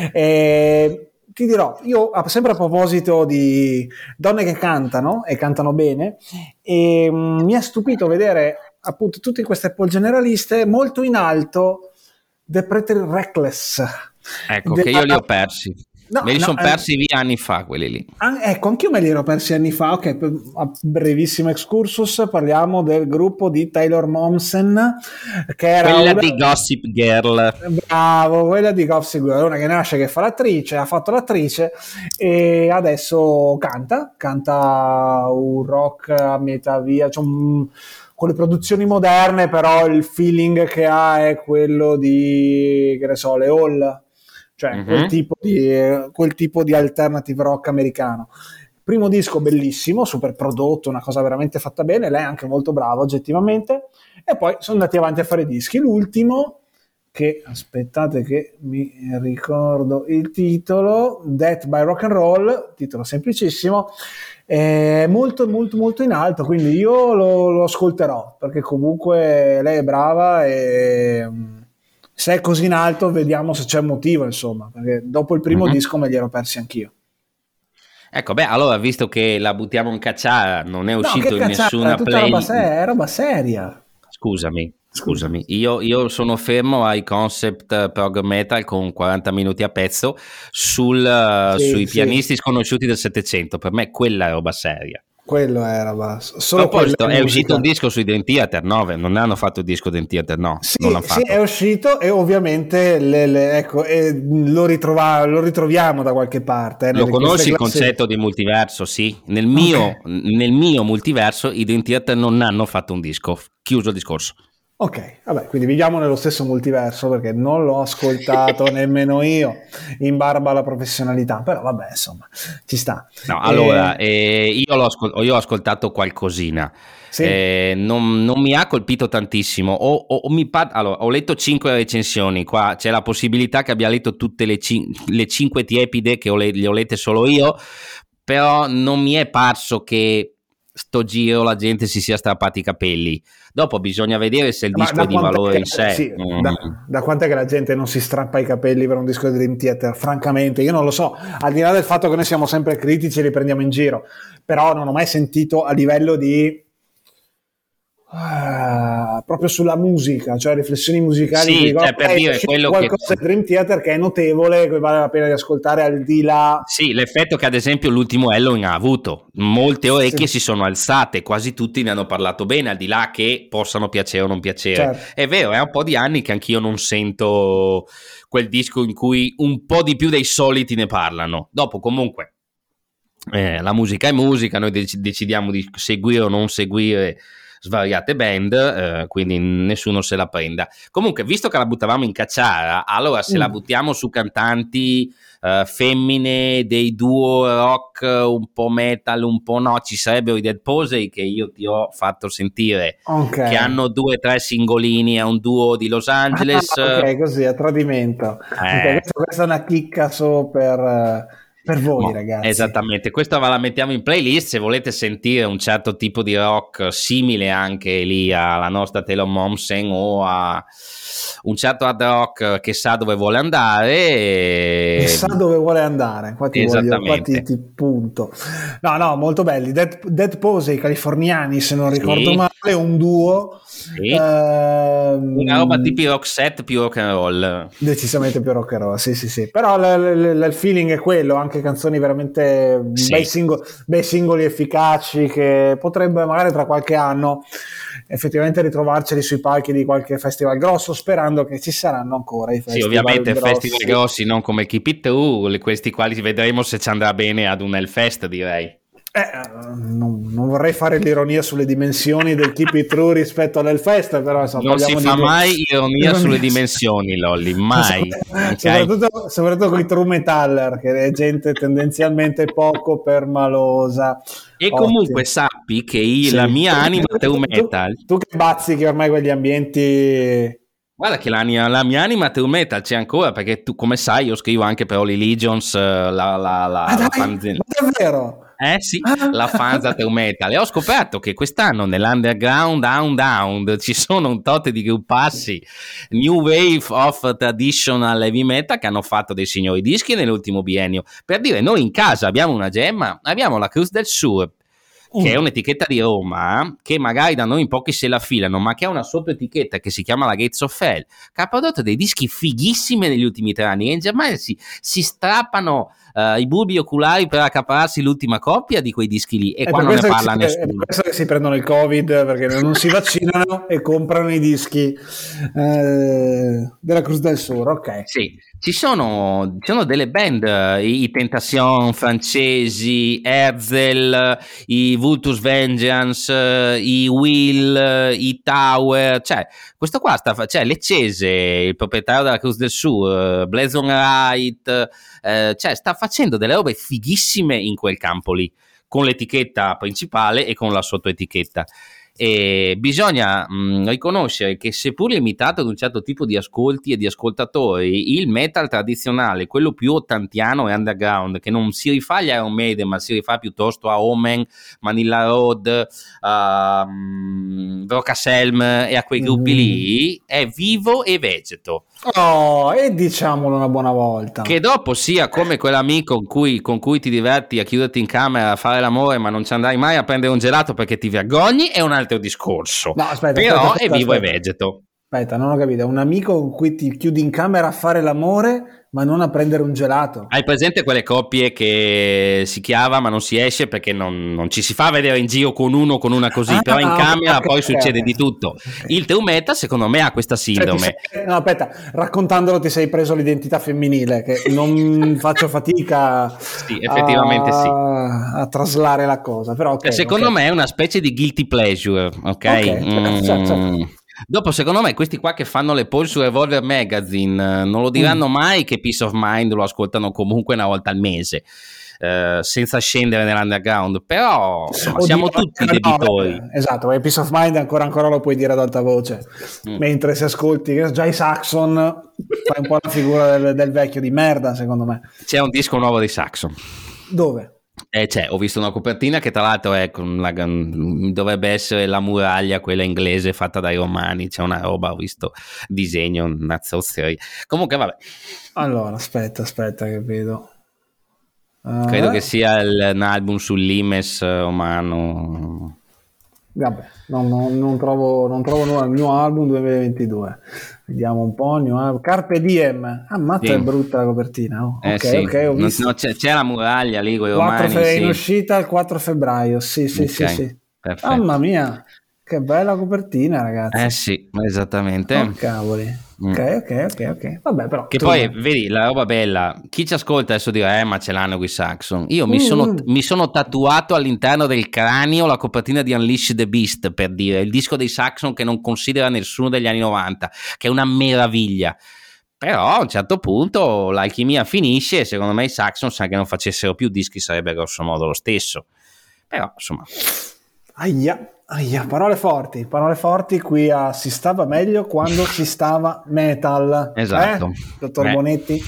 E ti dirò, io sempre a proposito di donne che cantano e cantano bene, e mh, mi ha stupito vedere appunto tutte queste pol generaliste molto in alto The Pretty Reckless. Ecco, della... che io li ho persi. No, me li no, sono persi eh, via anni fa quelli lì. Ah, ecco, anch'io me li ero persi anni fa. Ok, a brevissimo excursus, parliamo del gruppo di Taylor Momsen, che era quella una... di Gossip Girl. Bravo, quella di Gossip Girl, una che nasce che fa l'attrice, ha fatto l'attrice e adesso canta, canta un rock a metà via, cioè un... con le produzioni moderne, però il feeling che ha è quello di, che ne so, le Hall. Cioè mm-hmm. quel, tipo di, quel tipo di alternative rock americano. Primo disco bellissimo, super prodotto, una cosa veramente fatta bene, lei è anche molto brava oggettivamente, e poi sono andati avanti a fare dischi. L'ultimo, che aspettate che mi ricordo il titolo, Death by Rock and Roll, titolo semplicissimo, è molto molto molto in alto, quindi io lo, lo ascolterò, perché comunque lei è brava e... se è così in alto vediamo se c'è motivo, insomma, perché dopo il primo mm-hmm. disco me li ero persi anch'io. Ecco, beh, allora visto che la buttiamo in cacciara, non è uscito no, in nessuna playlist. È roba seria. Scusami, scusami, io, io sono fermo ai concept prog metal con quaranta minuti a pezzo sul, sì, sui sì. pianisti sconosciuti del Settecento, per me quella è roba seria. Quello era basso. Solo a proposito, è uscito un disco sui Dream Theater, no? Non hanno fatto il disco Dream Theater, no? Sì, non l'hanno sì, fatto. È uscito e ovviamente le, le, ecco, e lo, ritrova, lo ritroviamo da qualche parte. Eh, lo conosci il concetto di multiverso? Sì. Nel mio, okay. nel mio multiverso i Dream Theater non hanno fatto un disco. Chiuso il discorso. Ok, vabbè, quindi viviamo nello stesso multiverso perché non l'ho ascoltato nemmeno io, in barba alla professionalità, però vabbè, insomma, ci sta. No, allora, e... eh, io, l'ho ascol- io ho ascoltato qualcosina, sì. eh, non, non mi ha colpito tantissimo, o, o, o mi par- allora, ho letto cinque recensioni, qua c'è la possibilità che abbia letto tutte le, cin- le cinque tiepide che ho le-, le ho lette solo io, però non mi è parso che sto giro la gente si sia strappati i capelli. Dopo bisogna vedere se il Ma disco è di valore che, in sé. Sì, mm. da, da quant'è che la gente non si strappa i capelli per un disco di Dream Theater? Francamente io non lo so, al di là del fatto che noi siamo sempre critici e li prendiamo in giro, però non ho mai sentito a livello di Uh, proprio sulla musica, cioè riflessioni musicali, sì, dico, cioè, per dire quello qualcosa che... di Dream Theater che è notevole, che vale la pena di ascoltare al di là. Sì, l'effetto che ad esempio l'ultimo Halloween ha avuto, molte orecchie sì. si sono alzate, quasi tutti ne hanno parlato bene, al di là che possano piacere o non piacere. Certo. È vero, è un po' di anni che anch'io non sento quel disco in cui un po' di più dei soliti ne parlano. Dopo comunque eh, la musica è musica, noi dec- decidiamo di seguire o non seguire svariate band, eh, quindi nessuno se la prenda. Comunque, visto che la buttavamo in cacciara, allora se mm. la buttiamo su cantanti eh, femmine dei duo rock un po' metal, un po' no, ci sarebbero i Dead Posey che io ti ho fatto sentire, okay. che hanno due o tre singolini, è un duo di Los Angeles. Ah, ok, così a tradimento. Eh. Okay, questa, questa è una chicca solo per... per voi no, ragazzi. Esattamente, questa ve la mettiamo in playlist se volete sentire un certo tipo di rock simile anche lì alla nostra Taylor Momsen o a un certo hard rock che sa dove vuole andare e... che sa dove vuole andare, infatti voglio, qua ti, ti punto. No, no, molto belli. Dead, Dead Pose, i californiani, se non ricordo sì. male, un duo. Sì. Ehm, una roba tipo rock set più rock and roll. Decisamente più rock and roll, sì, sì, sì. Però l- l- l- il feeling è quello, anche canzoni veramente sì. bei, singoli, bei singoli efficaci che potrebbe magari tra qualche anno effettivamente ritrovarceli sui palchi di qualche festival grosso, sperando che ci saranno ancora i festival sì, ovviamente grossi. festival grossi, non come Keep It True, questi quali vedremo se ci andrà bene ad un Hellfest, direi. Eh, non, non vorrei fare l'ironia sulle dimensioni del Keep It True rispetto all'Hellfest, però insomma, non si fa di... mai ironia sulle dimensioni, Lolli, mai. Okay. Soprattutto, soprattutto con i true metaller, che è gente tendenzialmente poco permalosa. E Ottimo. Comunque sappi che io, sì. la mia anima true metal. Tu, tu che bazzichi ormai quegli ambienti. Guarda che la mia, la mia anima true metal c'è ancora, perché tu, come sai, io scrivo anche per Holy Legions la, la, la, ah, la dai, fanzina. Ma davvero? Eh sì, ah. la fanza true metal. E ho scoperto che quest'anno nell'underground down down ci sono un tot di gruppassi new wave of traditional heavy metal che hanno fatto dei signori dischi nell'ultimo biennio. Per dire, noi in casa abbiamo una gemma, abbiamo la Cruz del Sur, che è un'etichetta di Roma che magari da noi in pochi se la filano, ma che ha una sottoetichetta che si chiama la Gates of Hell, che ha prodotto dei dischi fighissimi negli ultimi tre anni, e in Germania si, si strappano uh, i bulbi oculari per accaparrarsi l'ultima coppia di quei dischi lì, e è qua non ne parla si, nessuno. È per questo che si prendono il Covid, perché non si vaccinano e comprano i dischi eh, della Cruz del Sur, ok. Sì. Ci sono, ci sono delle band, i, i Tentation francesi, Herzl, i Vultus Vengeance, i Will, i Tower, cioè questo qua sta, cioè Leccese, il proprietario della Cruz del Sur, Blazon Wright, eh, cioè sta facendo delle robe fighissime in quel campo lì, con l'etichetta principale e con la sottoetichetta. E bisogna mh, riconoscere che, seppur limitato ad un certo tipo di ascolti e di ascoltatori, il metal tradizionale, quello più ottantiano e underground, che non si rifà agli Iron Maiden ma si rifà piuttosto a Omen, Manilla Road, a um, Brocaselm e a quei gruppi mm. lì, è vivo e vegeto. Oh, e diciamolo una buona volta. Che dopo sia come quell'amico con cui, con cui ti diverti a chiuderti in camera a fare l'amore ma non ci andrai mai a prendere un gelato perché ti vergogni, è un altro discorso. No, aspetta, però aspetta, aspetta, è vivo aspetta. e vegeto. Aspetta, non ho capito. Un amico con cui ti chiudi in camera a fare l'amore ma non a prendere un gelato. Hai presente quelle coppie che si chiava ma non si esce perché non, non ci si fa vedere in giro con uno o con una così, ah, però in camera okay, poi okay, succede okay. di tutto. Okay. Il true metal secondo me ha questa sindrome. Cioè, sei, no, aspetta, raccontandolo ti sei preso l'identità femminile, che non faccio fatica sì, effettivamente a, sì. a traslare la cosa. Però, okay, secondo okay. me è una specie di guilty pleasure, ok? okay mm. certo, certo. Dopo, secondo me, questi qua che fanno le poll su Revolver Magazine non lo diranno mm. mai che Peace of Mind lo ascoltano comunque una volta al mese, eh, senza scendere nell'underground. Però insomma, Oddio, siamo tutti no, debitori. No, esatto, perché Peace of Mind ancora ancora lo puoi dire ad alta voce, mm. mentre se ascolti già i Saxon fai un po' la figura del, del vecchio di merda, secondo me. C'è un disco nuovo dei Saxon. Dove? Eh, c'è, ho visto una copertina che tra l'altro è con la, dovrebbe essere la muraglia, quella inglese fatta dai romani, c'è una roba, ho visto disegno, nazzozzeria. Comunque vabbè. Allora, aspetta, aspetta che vedo. Uh, Credo che sia il, un album sul limes romano. Vabbè, no, no, non trovo, non trovo nulla, il mio album duemilaventidue. Vediamo un po'. New Carpe Diem. Ammazza, sì. È brutta la copertina. Oh. Eh, ok, sì. ok, ho visto. No, c'è, c'è la muraglia lì con i romani. Fe- sì. In uscita il quattro febbraio. Sì, sì, okay. sì, sì. Perfetto. Mamma mia, che bella copertina, ragazzi. Eh sì, esattamente. Oh, cavoli. Mm. Ok, ok, ok, ok. Vabbè, però. Che poi, ne... vedi, la roba bella, chi ci ascolta adesso dirà, eh, ma ce l'hanno qui Saxon. Io mi, mm. sono, mi sono tatuato all'interno del cranio la copertina di Unleash the Beast, per dire, il disco dei Saxon che non considera nessuno degli anni novanta, che è una meraviglia. Però a un certo punto l'alchimia finisce e secondo me i Saxon, se anche non facessero più dischi, sarebbe grosso modo lo stesso. Però, insomma... Aia. Aia, parole forti, parole forti qui a Si stava meglio quando si stava metal. Esatto. Eh, dottor eh. Bonetti?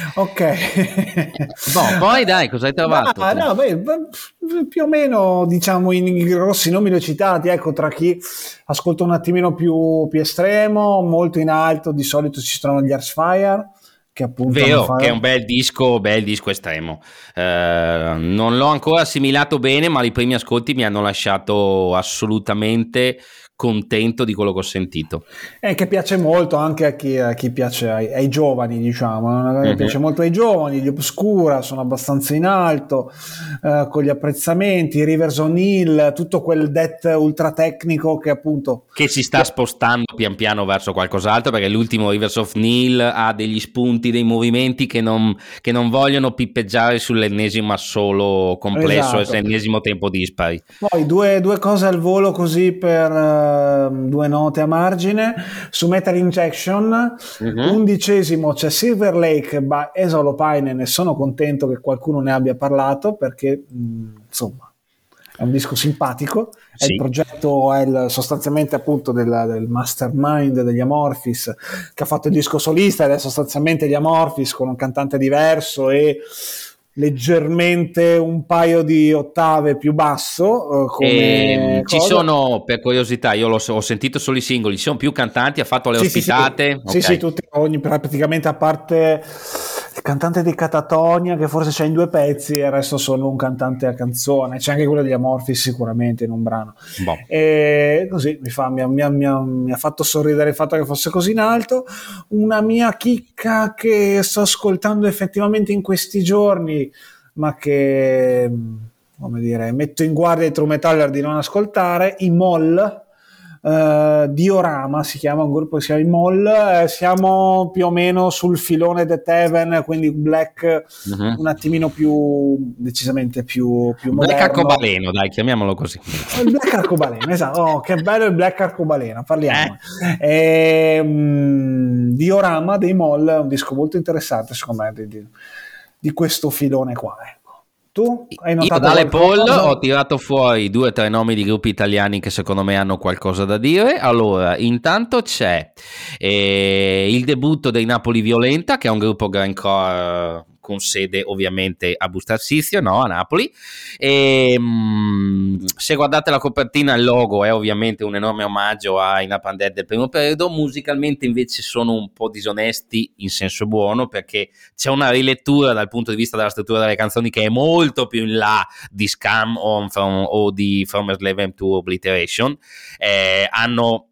Ok. Boh, poi dai, cosa hai trovato? No, no, beh, più o meno, diciamo, in grossi nomi li ho citati, ecco, tra chi ascolta un attimino più, più estremo, molto in alto, di solito ci trovano gli Earthfire, che appunto Vero, fanno... che è un bel disco, bel disco estremo. Eh, non l'ho ancora assimilato bene, ma i primi ascolti mi hanno lasciato assolutamente contento di quello che ho sentito. E che piace molto anche a chi, a chi piace ai, ai giovani, diciamo, uh-huh. piace molto ai giovani, gli Obscura sono abbastanza in alto, eh, con gli apprezzamenti, Rivers O'Neill, tutto quel death ultra tecnico che appunto... Che si sta spostando pian piano verso qualcos'altro, perché l'ultimo Rivers of O'Neill ha degli spunti, dei movimenti che non, che non vogliono pippeggiare sull'ennesimo assolo complesso, esatto. E l'ennesimo tempo dispari. Poi due, due cose al volo così per... due note a margine su Metal Injection. Uh-huh. Undicesimo c'è Silver Lake by Esa Holopainen e sono contento che qualcuno ne abbia parlato perché mh, insomma è un disco simpatico. È sì. Il progetto è il, sostanzialmente appunto del, del mastermind degli Amorphis che ha fatto il disco solista ed è sostanzialmente gli Amorphis con un cantante diverso e leggermente un paio di ottave più basso, come eh, ci sono, per curiosità, io l'ho, ho sentito solo i singoli, ci sono più cantanti, ha fatto le sì, ospitate? Sì, sì, okay. sì, sì tutti, ogni, praticamente a parte il cantante di Catatonia che forse c'è in due pezzi e il resto solo un cantante a canzone, c'è anche quello degli Amorphis sicuramente in un brano. Boh. E così mi, fa, mi, mi, mi, mi ha fatto sorridere il fatto che fosse così in alto. Una mia chicca che sto ascoltando effettivamente in questi giorni ma che, come dire, metto in guardia i true metaller di non ascoltare, i Moll, eh, Diorama si chiama, un gruppo che si chiama i Moll, eh, siamo più o meno sul filone Death Heaven, quindi black uh-huh. un attimino più, decisamente più, più black moderno. arcobaleno, dai, chiamiamolo così. Il black arcobaleno, esatto, oh, che bello il black arcobaleno, parliamo. Eh? E, mh, Diorama dei Moll è un disco molto interessante secondo me, di, di, di questo filone qua, ecco. Tu hai notato? Io dalle poll ho tirato fuori due o tre nomi di gruppi italiani che secondo me hanno qualcosa da dire. Allora, intanto c'è eh, il debutto dei Napoli Violenta, che è un gruppo grindcore con sede ovviamente a Bustarsizio, no, a Napoli. E, mh, se guardate la copertina, il logo è ovviamente un enorme omaggio a Enough Undead del primo periodo. Musicalmente invece sono un po' disonesti in senso buono, perché c'è una rilettura dal punto di vista della struttura delle canzoni che è molto più in là di Scam o, from, o di From Enslavement to Obliteration. Eh, hanno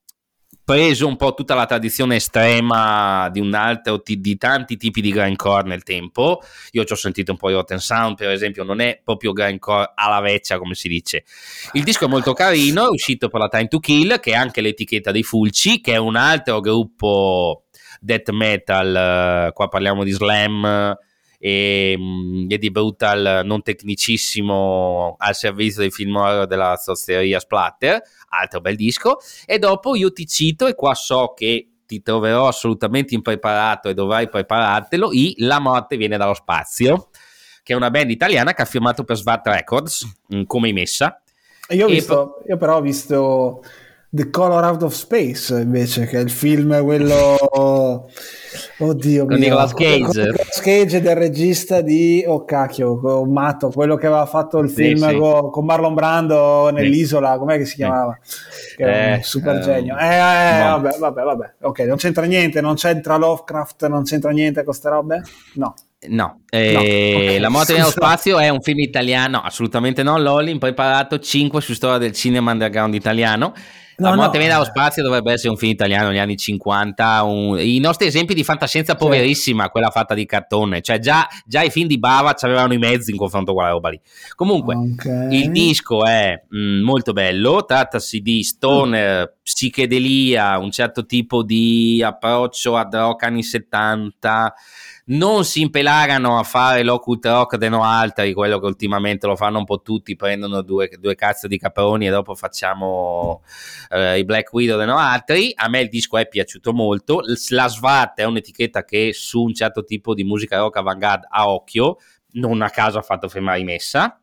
preso un po' tutta la tradizione estrema di un altro t- di tanti tipi di grindcore nel tempo. Io ci ho sentito un po' di Rotten Sound, per esempio, non è proprio grindcore alla vecchia, come si dice. Il disco è molto carino, è uscito per la Time to Kill, che è anche l'etichetta dei Fulci, che è un altro gruppo death metal, qua parliamo di slam e, e di brutal non tecnicissimo al servizio del film horror della zozzeria splatter. Altro bel disco. E dopo io ti cito, e qua so che ti troverò assolutamente impreparato e dovrai preparartelo, i La Morte viene dallo spazio, che è una band italiana che ha firmato per Svat Records come i Messa. Io, ho visto, po- io però ho visto The Color Out of Space invece, che è il film quello oddio con mio, Nicolas Cage Nicolas Cage del regista di oh cacchio matto, quello che aveva fatto il film sì, sì. Con, con Marlon Brando nell'isola, sì. Com'è che si chiamava? Sì. Che era eh, un super um, genio eh, eh no. vabbè vabbè vabbè ok, non c'entra niente, non c'entra Lovecraft, non c'entra niente con queste robe? No. No, eh, no. Okay. La morte nello spazio è un film italiano, no, assolutamente no, Lolli, impreparato, cinque su storia del cinema underground italiano. No, La morte no. viene dallo spazio dovrebbe essere un film italiano negli anni cinquanta, un... i nostri esempi di fantascienza poverissima, sì. Quella fatta di cartone, cioè già, già i film di Bava avevano i mezzi in confronto a quella roba lì. Comunque, okay. Il disco è mh, molto bello, trattasi di stoner, mm. psichedelia, un certo tipo di approccio ad rock anni settanta. Non si impelagano a fare l'occult rock de no altri, quello che ultimamente lo fanno un po' tutti, prendono due, due cazzo di caproni e dopo facciamo eh, i Black Widow de no altri. A me il disco è piaciuto molto. La Svat è un'etichetta che su un certo tipo di musica rock avant-garde ha occhio, non a caso ha fatto firmare i Messa.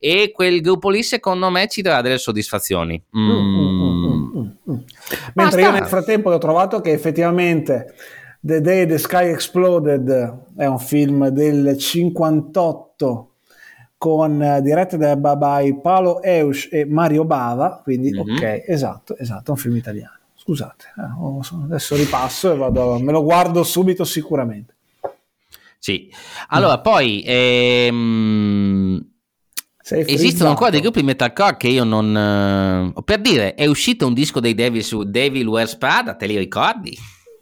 e quel gruppo lì secondo me ci darà delle soddisfazioni. mm. Mm, mm, mm, mm, mm. Mentre io nel frattempo ho trovato che effettivamente The Day the Sky Exploded è un film del cinquantotto con dirette da by Paolo Eusch e Mario Bava, quindi mm-hmm. ok, esatto, esatto, è un film italiano. Scusate, eh, adesso ripasso e vado, me lo guardo subito sicuramente. Sì, allora mm. poi ehm, esistono ancora dei gruppi metalcore che io non... Eh, per dire, è uscito un disco dei Devil su Devil Wears Prada, te li ricordi?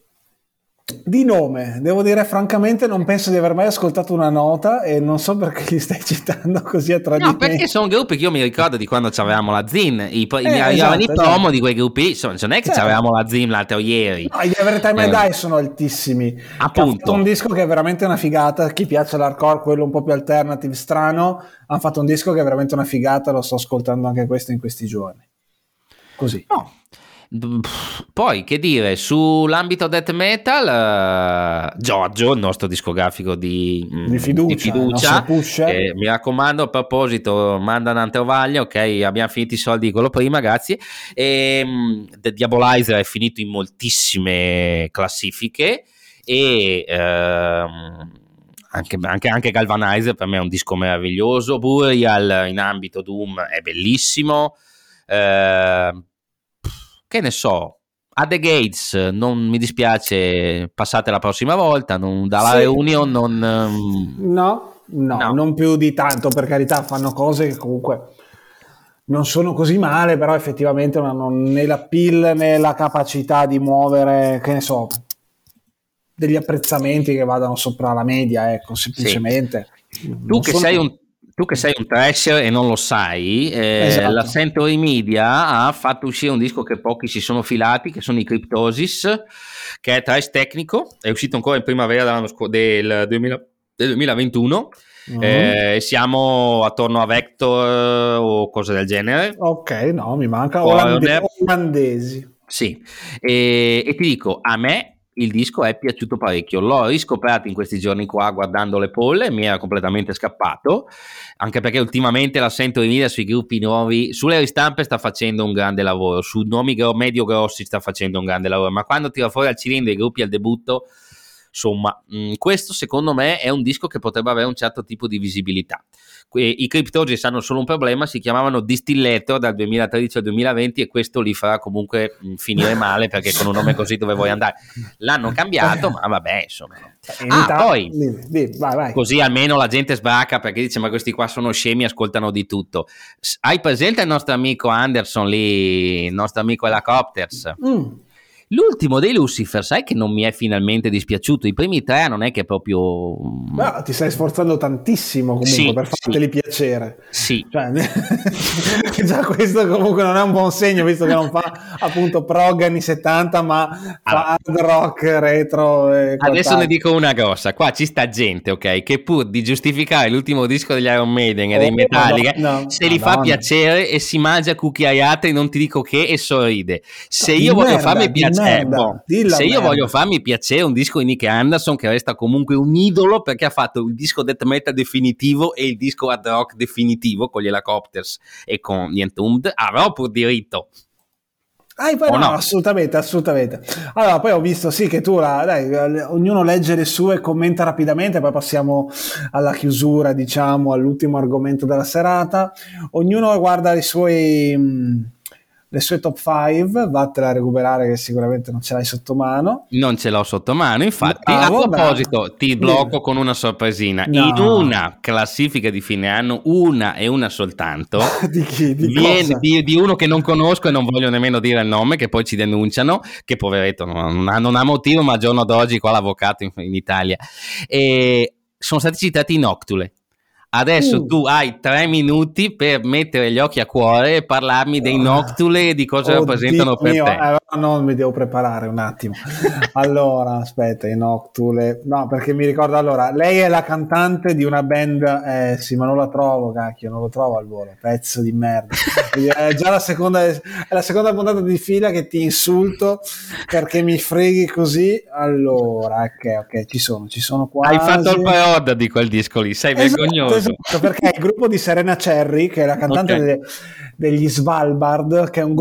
Di nome, devo dire francamente non penso di aver mai ascoltato una nota e non so perché li stai citando così a tradimento. No, perché sono gruppi che io mi ricordo di quando c'avevamo la Zin, i, eh, mi arrivavano esatto, i promo esatto. di quei gruppi, insomma, non è che certo. c'avevamo la Zin l'altro ieri. No, gli Evertime eh. Die sono altissimi. Appunto. Ha fatto un disco che è veramente una figata, a chi piace l'hardcore, quello un po' più alternative, strano, hanno fatto un disco che è veramente una figata, lo sto ascoltando anche questo in questi giorni. Così. No. Poi che dire sull'ambito death metal, uh, Giorgio, il nostro discografico di, di fiducia, di fiducia eh, mi raccomando, a proposito, manda un Antrovaglio, ok, abbiamo finito i soldi di quello prima, grazie. E, um, The Diabolizer è finito in moltissime classifiche e uh, anche, anche, anche Galvanizer per me è un disco meraviglioso. Burial in ambito Doom è bellissimo. Uh, Che ne so, a The Gates non mi dispiace, passate la prossima volta, non, dalla sì. Reunion non... Um... No, no, no, non più di tanto, per carità, fanno cose che comunque non sono così male, però effettivamente non hanno né la pill né la capacità di muovere, che ne so, degli apprezzamenti che vadano sopra la media, ecco, semplicemente. Sì. Tu che sono... sei un... Tu che sei un thrasher e non lo sai, eh, esatto. la Century Media ha fatto uscire un disco che pochi si sono filati, che sono i Cryptosis, che è thrash tecnico, è uscito ancora in primavera dell'anno sc- del, duemila, del duemilaventuno, uh-huh. eh, siamo attorno a Vector o cose del genere. Ok, no, mi manca Ollande- olandesi. Sì, e, e ti dico, a me il disco è piaciuto parecchio, l'ho riscoperto in questi giorni qua guardando le polle, mi era completamente scappato, anche perché ultimamente la sento venire sui gruppi nuovi, sulle ristampe sta facendo un grande lavoro, su nomi medio grossi sta facendo un grande lavoro, ma quando tira fuori al cilindro i gruppi al debutto, insomma, mh, questo secondo me è un disco che potrebbe avere un certo tipo di visibilità. I Cryptosis hanno solo un problema, si chiamavano Distillator dal duemilatredici al duemilaventi e questo li farà comunque finire male, perché con un nome così dove vuoi andare? L'hanno cambiato, ma vabbè, insomma. Ah, Italia, poi dimmi, dimmi, vai, vai. Così almeno la gente sbracca, perché dice ma questi qua sono scemi, ascoltano di tutto. Hai presente il nostro amico Anderson lì, il nostro amico Helicopters? Mm. L'ultimo dei Lucifer, sai che non mi è finalmente dispiaciuto? I primi tre non è che proprio... No, ti stai sforzando tantissimo comunque sì, per farteli sì. piacere. Sì. Cioè, già questo comunque non è un buon segno, visto che non fa appunto prog anni settanta, ma allora, fa hard rock, retro e adesso ne dico una grossa. Qua ci sta gente, ok, che pur di giustificare l'ultimo disco degli Iron Maiden e oh, dei Metallica, no, no, se li Madonna. fa piacere e si mangia cucchiaiate e non ti dico che e sorride. Se io voglio merda, farmi piacere... Eh, boh. Se io merda. voglio farmi piacere un disco di Nick Anderson, che resta comunque un idolo perché ha fatto il disco death metal definitivo e il disco hard rock definitivo con gli Helicopters e con gli Entombed, avrò pur diritto. Ah, poi no, no, assolutamente, assolutamente. Allora, poi ho visto sì che tu, la, dai, ognuno legge le sue e commenta rapidamente, poi passiamo alla chiusura, diciamo, all'ultimo argomento della serata. Ognuno guarda i suoi... Mh, le sue top cinque, vattela a recuperare che sicuramente non ce l'hai sotto mano. Non ce l'ho sotto mano, infatti. Bravo, a proposito, bravo. Ti blocco sì. con una sorpresina. No. In una classifica di fine anno, una e una soltanto, di chi? Di, viene, di, di uno che non conosco e non voglio nemmeno dire il nome, che poi ci denunciano, che poveretto non ha, non ha motivo, ma al giorno d'oggi qua l'avvocato in, in Italia. E sono stati citati i Noctule. Adesso uh. tu hai tre minuti per mettere gli occhi a cuore e parlarmi dei Noctule e di cosa oh, rappresentano per mio, te. Allora non mi devo preparare un attimo. Allora, aspetta, i Noctule. No, perché mi ricordo, allora, lei è la cantante di una band, eh sì, ma non la trovo, cacchio, non lo trovo al volo, pezzo di merda. È già la seconda, è la seconda puntata di fila che ti insulto perché mi freghi così. Allora, ok, ok, ci sono, ci sono quasi. Hai fatto il pre-order di quel disco lì, sei esatto, vergognoso. esatto, perché è il gruppo di Serena Cherry, che è la cantante okay. de, degli Svalbard, che è un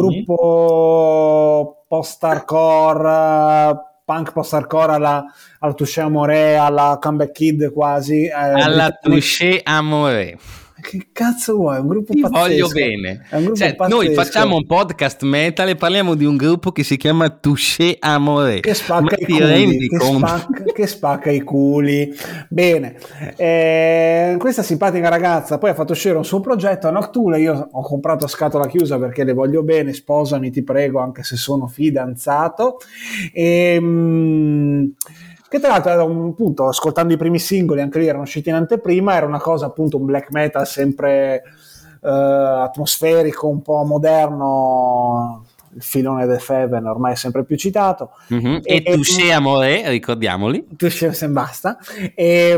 gruppo mm. post-hardcore, punk post-hardcore alla, alla Touché Amoré, alla Comeback Kid quasi. Eh, alla Touché Amoré. Che cazzo vuoi? È un gruppo Ti pazzesco. voglio bene. È un gruppo cioè, pazzesco. Noi facciamo un podcast metal e parliamo di un gruppo che si chiama Touché Amoré. Che spacca i culi. Che spacca, che spacca i culi. Bene. Eh, questa simpatica ragazza poi ha fatto uscire un suo progetto a Noctule. Io ho comprato a scatola chiusa perché le voglio bene. Sposami, ti prego, anche se sono fidanzato. E... Mh, che tra l'altro era un punto, ascoltando i primi singoli, anche lì erano usciti in anteprima, era una cosa appunto un black metal sempre eh, atmosferico, un po' moderno, il filone The Feven ormai è sempre più citato. Mm-hmm. E, e Touché Amoré, ricordiamoli. Touché se basta. E,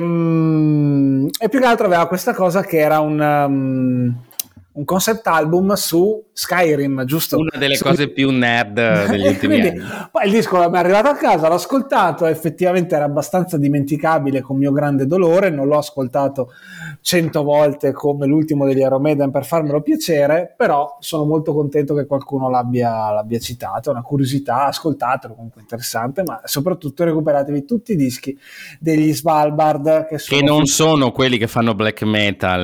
um, e più che altro aveva questa cosa che era un... Um, un concept album su Skyrim, giusto? Una delle su... cose più nerd degli ultimi Quindi, anni. Poi il disco mi è arrivato a casa, l'ho ascoltato, effettivamente era abbastanza dimenticabile con mio grande dolore, non l'ho ascoltato cento volte come l'ultimo degli Iron Maiden per farmelo piacere, però sono molto contento che qualcuno l'abbia, l'abbia citato, una curiosità, ascoltatelo, comunque interessante, ma soprattutto recuperatevi tutti i dischi degli Svalbard che, sono che non tutti... sono quelli che fanno black metal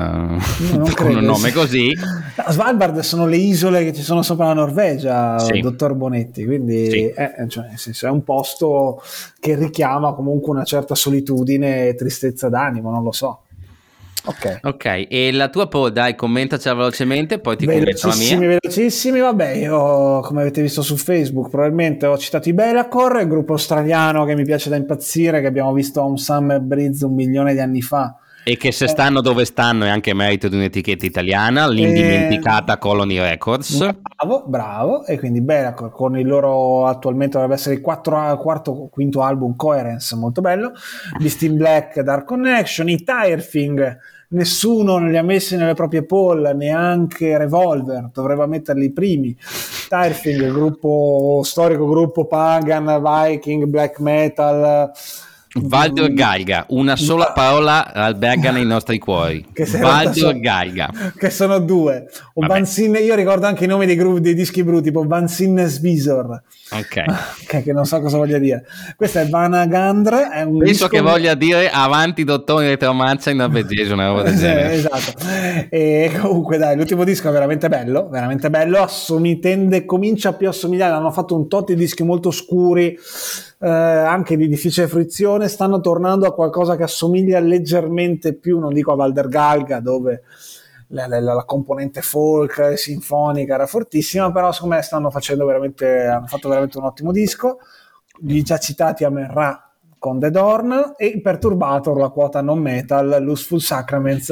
no, non con un nome così. No, Svalbard sono le isole che ci sono sopra la Norvegia, sì. Dottor Bonetti, quindi sì. è, cioè, nel senso, è un posto che richiama comunque una certa solitudine e tristezza d'animo, non lo so. Ok, ok, e la tua po', dai, commentacela velocemente, poi ti commento la mia. Velocissimi, vabbè, io come avete visto su Facebook probabilmente ho citato i Belacor, il gruppo australiano che mi piace da impazzire, che abbiamo visto a un Summer Breeze un milione di anni fa. E che se stanno dove stanno è anche merito di un'etichetta italiana, l'indimenticata e... Colony Records. Bravo, bravo. E quindi beh, con il loro attualmente dovrebbe essere il quattro, quarto, quinto album Coherence, molto bello. Beast in Black, Dark Connection, i Tirething, nessuno non li ha messi nelle proprie poll, neanche Revolver, dovrebbe metterli i primi. Tirething, il gruppo storico, gruppo pagan, Viking, black metal... Valdur Gaiga, una sola parola alberga nei nostri cuori. Valdur Gaiga, che sono due. Un Vansin, io ricordo anche i nomi dei gruppi dei dischi brutti, tipo Vansin Svisor. Ok. okay. Che non so cosa voglia dire. Questo è Vanagandr. È un Penso disco... che voglia dire avanti dottore retromancia in norvegese, una roba del genere. Esatto. E comunque dai, l'ultimo disco è veramente bello, veramente bello. Assomig- tende, comincia più a assomigliare. Hanno fatto un tot di dischi molto scuri. Eh, anche di difficile fruizione, stanno tornando a qualcosa che assomiglia leggermente più, non dico a Valdergalga dove la, la, la componente folk sinfonica era fortissima, però secondo me stanno facendo veramente, hanno fatto veramente un ottimo disco. Gli già citati Amen-Ra con The Dorn e il Perturbator, la quota non metal, Lustful Sacraments,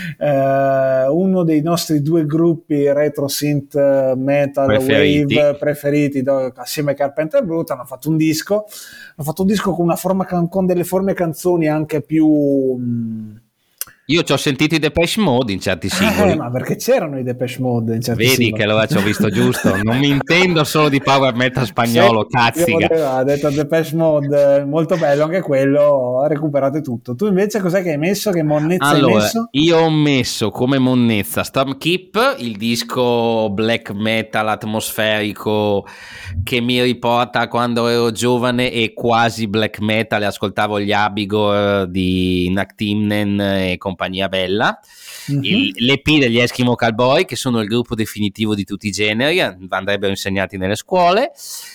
eh, uno dei nostri due gruppi retro synth metal preferiti. Wave preferiti, dove, assieme a Carpenter Brut hanno fatto un disco hanno fatto un disco con una forma con delle forme canzoni anche più mh, io ci ho sentito i Depeche Mode in certi singoli. Eh, ma perché c'erano i Depeche Mode in certi Vedi singoli. Che allora ci ho visto giusto. Non mi intendo solo di power metal spagnolo, sì, cazziga. Ha detto Depeche Mode, molto bello anche quello, recuperate tutto. Tu invece cos'è che hai messo? Che monnezza allora, hai messo? Io ho messo come monnezza Stormkeep, il disco black metal atmosferico che mi riporta a quando ero giovane e quasi black metal e ascoltavo gli Abigor di Naktimnen e compagnia bella. Mm-hmm. il, l'E P degli Eskimo Cowboy, che sono il gruppo definitivo di tutti i generi, andrebbero insegnati nelle scuole.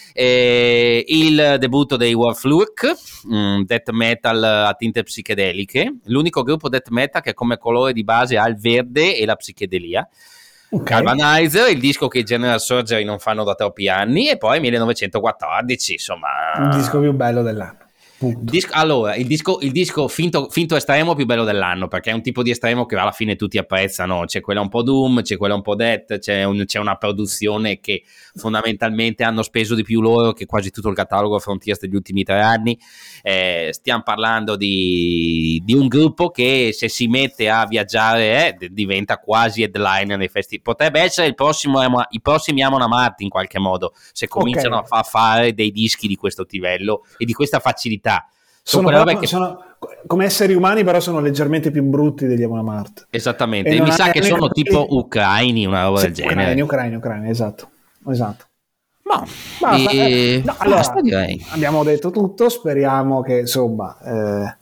E il debutto dei Warflurk, mm, death metal a tinte psichedeliche, l'unico gruppo death metal che come colore di base ha il verde e la psichedelia. Okay. Galvanizer, il disco che i General Surgery non fanno da troppi anni, e poi millenovecentoquattordici, insomma il disco più bello dell'anno. Disco, allora, il disco, il disco finto, finto estremo più bello dell'anno, perché è un tipo di estremo che alla fine tutti apprezzano. C'è quella un po' doom, c'è quella un po' death, c'è, un, c'è una produzione che fondamentalmente hanno speso di più loro che quasi tutto il catalogo Frontiers degli ultimi tre anni. Eh, stiamo parlando di, di un gruppo che se si mette a viaggiare eh, diventa quasi headliner nei festival. Potrebbe essere il prossimo, i prossimi Amon Amarth in qualche modo, se cominciano okay. a far fare dei dischi di questo livello e di questa facilità. Sono, sono, proprio, che... sono come esseri umani però sono leggermente più brutti degli Amon Amarth. Esattamente, e, e mi sa che sono quelli... tipo ucraini, una roba sì, del genere. Ucraini, ucraini, ucraini, esatto. Esatto. No, basta, e... eh, no, allora, basta, direi. Abbiamo detto tutto, speriamo che insomma eh,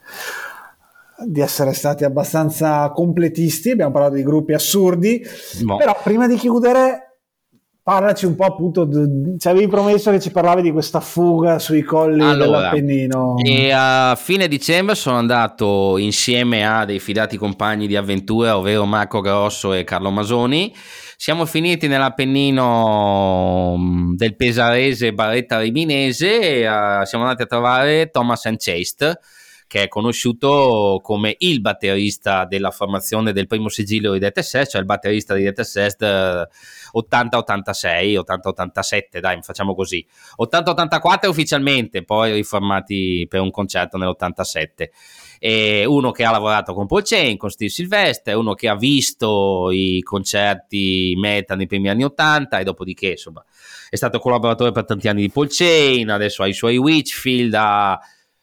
di essere stati abbastanza completisti, abbiamo parlato di gruppi assurdi, no. Però prima di chiudere parlaci un po', appunto, ci avevi promesso che ci parlavi di questa fuga sui colli allora, dell'Appennino. E a fine dicembre sono andato insieme a dei fidati compagni di avventura, ovvero Marco Grosso e Carlo Masoni. Siamo finiti nell'Appennino del Pesarese Barretta Riminese e uh, siamo andati a trovare Thomas Enchest, che è conosciuto come il batterista della formazione del primo sigillo di Death Access, cioè il batterista di Death Access ottanta ottantasei, ottanta ottantasette, dai, facciamo così. ottanta ottantaquattro ufficialmente, poi riformati per un concerto nell'ottantasette. E uno che ha lavorato con Paul Chain, con Steve Sylvester, uno che ha visto i concerti metal nei primi anni ottanta e dopodiché, insomma, è stato collaboratore per tanti anni di Paul Chain, adesso ha i suoi Witchfield, ha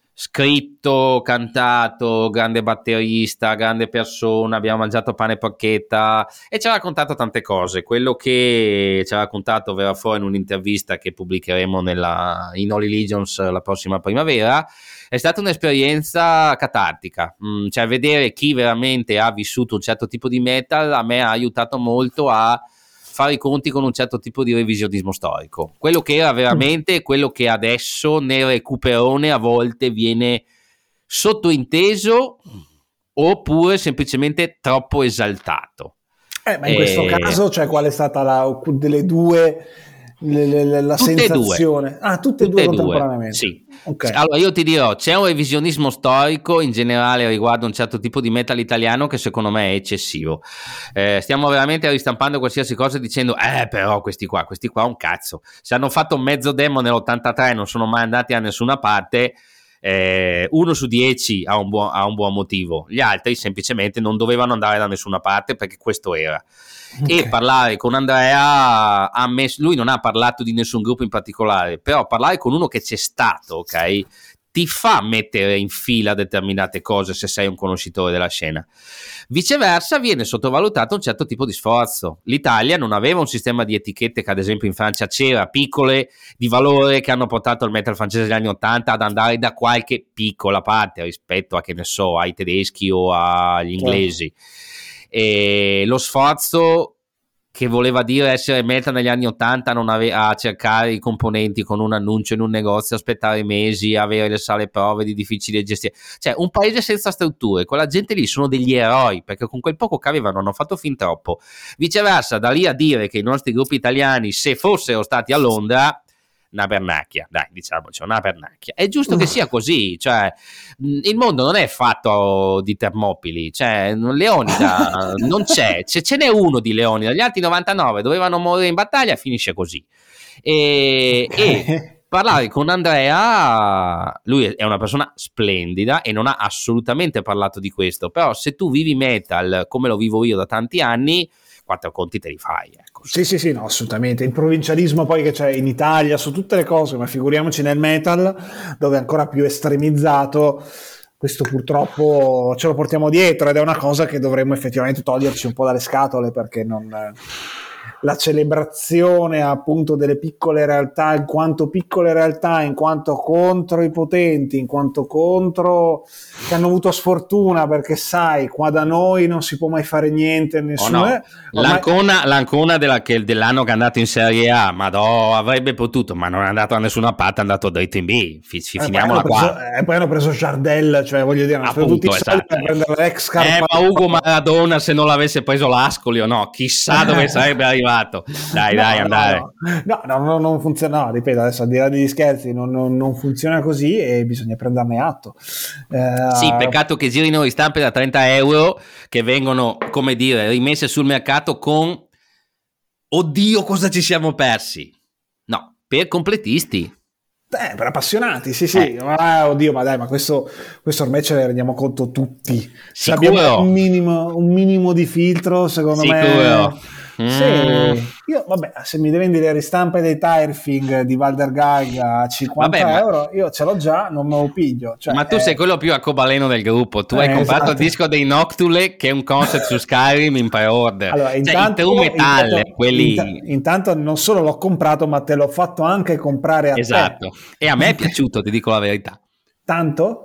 scritto, cantato, grande batterista, grande persona, abbiamo mangiato pane e porchetta e ci ha raccontato tante cose. Quello che ci ha raccontato verrà fuori in un'intervista che pubblicheremo nella, in Holy Legions la prossima primavera. È stata un'esperienza catartica, mm, cioè vedere chi veramente ha vissuto un certo tipo di metal a me ha aiutato molto a fare i conti con un certo tipo di revisionismo storico, quello che era veramente, quello che adesso nel recuperone a volte viene sottointeso oppure semplicemente troppo esaltato. Eh, ma in eh, questo caso, cioè, qual è stata la delle due le, le, la tutte sensazione? E due. Ah, tutte, tutte e due contemporaneamente. Sì. Okay. Allora io ti dirò, c'è un revisionismo storico in generale riguardo un certo tipo di metal italiano che secondo me è eccessivo. Eh, stiamo veramente ristampando qualsiasi cosa dicendo eh però questi qua, questi qua un cazzo. Se hanno fatto mezzo demo nell'ottantatré e non sono mai andati a nessuna parte, eh, uno su dieci ha un, buon, ha un buon motivo, gli altri semplicemente non dovevano andare da nessuna parte perché questo era. Okay. E parlare con Andrea ha messo, lui non ha parlato di nessun gruppo in particolare, però parlare con uno che c'è stato, ok, ti fa mettere in fila determinate cose se sei un conoscitore della scena. Viceversa viene sottovalutato un certo tipo di sforzo. L'Italia non aveva un sistema di etichette che ad esempio in Francia c'era, piccole di valore, che hanno portato il metal francese degli anni ottanta ad andare da qualche piccola parte rispetto a, che ne so, ai tedeschi o agli inglesi. Certo. E lo sforzo che voleva dire essere metal negli anni ottanta non ave- a cercare i componenti con un annuncio in un negozio, aspettare mesi, avere le sale prove di difficile gestione, cioè un paese senza strutture, quella gente lì sono degli eroi perché con quel poco che avevano hanno fatto fin troppo. Viceversa, da lì a dire che i nostri gruppi italiani, se fossero stati a Londra, una pernacchia, dai, diciamoci, una pernacchia. È giusto che sia così, cioè il mondo non è fatto di Termopili, cioè Leonida non c'è, se ce n'è uno di Leonida, gli altri novantanove dovevano morire in battaglia, finisce così. E, okay. e parlare con Andrea, lui è una persona splendida e non ha assolutamente parlato di questo, però se tu vivi metal come lo vivo io da tanti anni, quattro conti te li fai, ecco. Sì, sì, sì, no, assolutamente. Il provincialismo poi che c'è in Italia su tutte le cose, ma figuriamoci nel metal, dove è ancora più estremizzato, questo purtroppo ce lo portiamo dietro ed è una cosa che dovremmo effettivamente toglierci un po' dalle scatole, perché non... la celebrazione appunto delle piccole realtà in quanto piccole realtà, in quanto contro i potenti, in quanto contro che hanno avuto sfortuna, perché sai, qua da noi non si può mai fare niente, nessuno. Oh no. è, L'Ancona, l'Ancona della, che, dell'anno che è andato in Serie A, ma no, avrebbe potuto, ma non è andato da nessuna parte, è andato dritto in B. F- eh, finiamola poi preso, qua. E poi hanno preso Jardel, cioè voglio dire, hanno speso tutti i soldi per prendere l'ex Carpa. Eh, ma Ugo Maradona, se non l'avesse preso l'Ascoli o no, chissà dove sarebbe arrivato. Dai, no, dai, no, andare. No, no, no, non funziona, no, ripeto, adesso al di là degli scherzi, non, non, non funziona così e bisogna prenderne atto. Eh, sì, peccato che girino le stampe da trenta euro che vengono, come dire, rimesse sul mercato con oddio cosa ci siamo persi. No, per completisti. Eh, per appassionati, sì, sì. Eh. Ah, oddio, ma dai, ma questo, questo ormai ce ne rendiamo conto tutti. Se abbiamo un minimo, un minimo di filtro, secondo Sicuro. me Mm. Sì, io vabbè, se mi devi dire ristampe dei Tirefing di Valdergag a cinquanta Vabbè, euro, ma... io ce l'ho già, non me lo piglio. Cioè, ma tu eh... sei quello più arcobaleno del gruppo. Tu eh, hai comprato esatto. il disco dei Noctule, che è un concept su Skyrim in pre-order. Allora, intanto, cioè, i true metal, intanto, quelli... int- intanto non solo l'ho comprato, ma te l'ho fatto anche comprare a esatto. te. E a me è piaciuto, ti dico la verità. Tanto?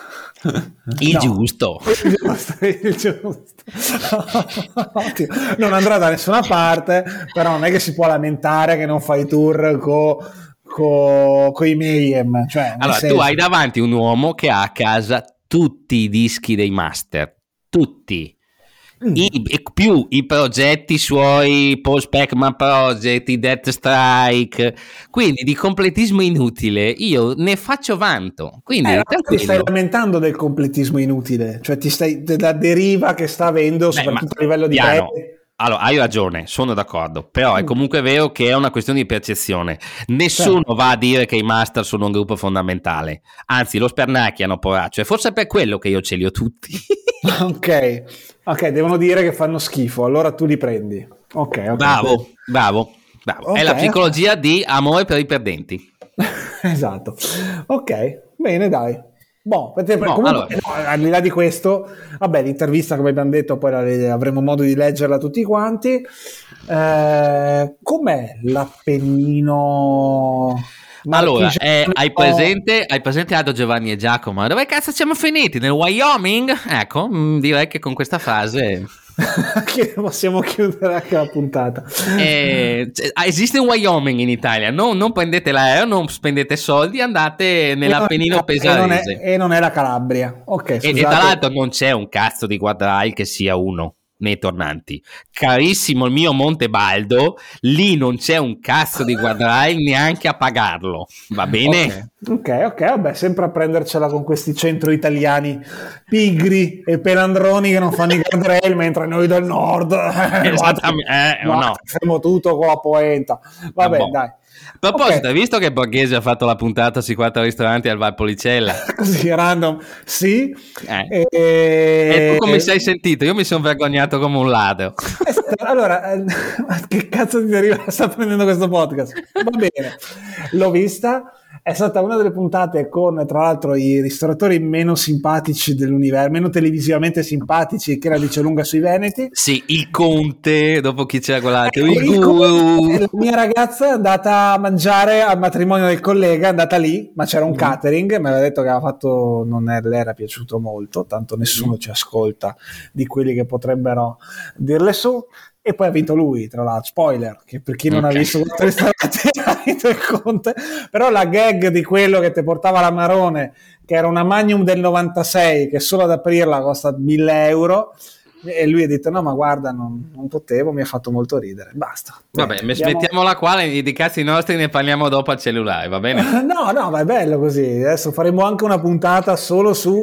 Il no. giusto. Il giusto, il giusto. Ottimo. Non andrà da nessuna parte, però non è che si può lamentare che non fai tour con co, co i Mayhem. Cioè, allora, senso... tu hai davanti un uomo che ha a casa tutti i dischi dei Master, tutti. I, più i progetti suoi, Post Pac-Man Project, i Death Strike, quindi di completismo inutile io ne faccio vanto. Quindi eh, ti stai lamentando del completismo inutile, cioè ti stai della deriva che sta avendo. Beh, soprattutto a livello di piano. prezzi. Allora, hai ragione, sono d'accordo, però è comunque vero che è una questione di percezione. Nessuno certo. va a dire che i Master sono un gruppo fondamentale, anzi lo spernacchiano, poraccio, e forse è per quello che io ce li ho tutti. ok, ok, devono dire che fanno schifo, allora tu li prendi. Ok, okay. Bravo, bravo, bravo. Okay. È la psicologia di amore per i perdenti. Esatto, ok, bene dai. Boh, perché, no, comunque, allora. no, al di là di questo, vabbè, l'intervista come abbiamo detto poi la, avremo modo di leggerla tutti quanti. Eh, com'è l'Appennino? Allora, eh, hai presente hai presente Ado, Giovanni e Giacomo? Dove cazzo siamo finiti? Nel Wyoming? Ecco, mh, direi che con questa frase possiamo chiudere anche la puntata. Eh, esiste un Wyoming in Italia, no, non prendete l'aereo, non spendete soldi, andate nell'Appennino pesarese. E non è, e non è la Calabria. Okay, e, e tra l'altro non c'è un cazzo di guardrail che sia uno nei tornanti. Carissimo il mio Monte Baldo, lì non c'è un cazzo di guardrail neanche a pagarlo, va bene? Ok, ok, okay. Vabbè, sempre a prendercela con questi centro italiani pigri e pelandroni che non fanno i guardrail, mentre noi del nord esattamente, eh, guarda, no. facciamo tutto con la poenta. Vabbè, bon. dai. A proposito, okay. Hai visto che Borghese ha fatto la puntata sui quattro ristoranti al Val Policella? Così random, sì. Eh. E... e tu come sei sentito? Io mi sono vergognato come un ladro. Allora, che cazzo ti deriva? Sta prendendo questo podcast? Va bene, l'ho vista. È stata una delle puntate con, tra l'altro, i ristoratori meno simpatici dell'universo, meno televisivamente simpatici, che la dice lunga sui veneti. Sì, il Conte, dopo chi c'era quell'altro, ecco, il Guru. La mia ragazza è andata a mangiare al matrimonio del collega, è andata lì, ma c'era un mm. catering, mi aveva detto che aveva fatto, non è, le era piaciuto molto, tanto nessuno mm. ci ascolta di quelli che potrebbero dirle su. E poi ha vinto lui, tra l'altro, spoiler, che per chi non okay. ha visto quattro ristoranti ha vinto il Conte, però la gag di quello che ti portava la Marone, che era una Magnum del novantasei, che solo ad aprirla costa mille euro, e lui ha detto no ma guarda non, non potevo, mi ha fatto molto ridere, basta. Vabbè, bene, smettiamola qua, di cazzi nostri ne parliamo dopo al cellulare, va bene? No, no, ma è bello così, adesso faremo anche una puntata solo su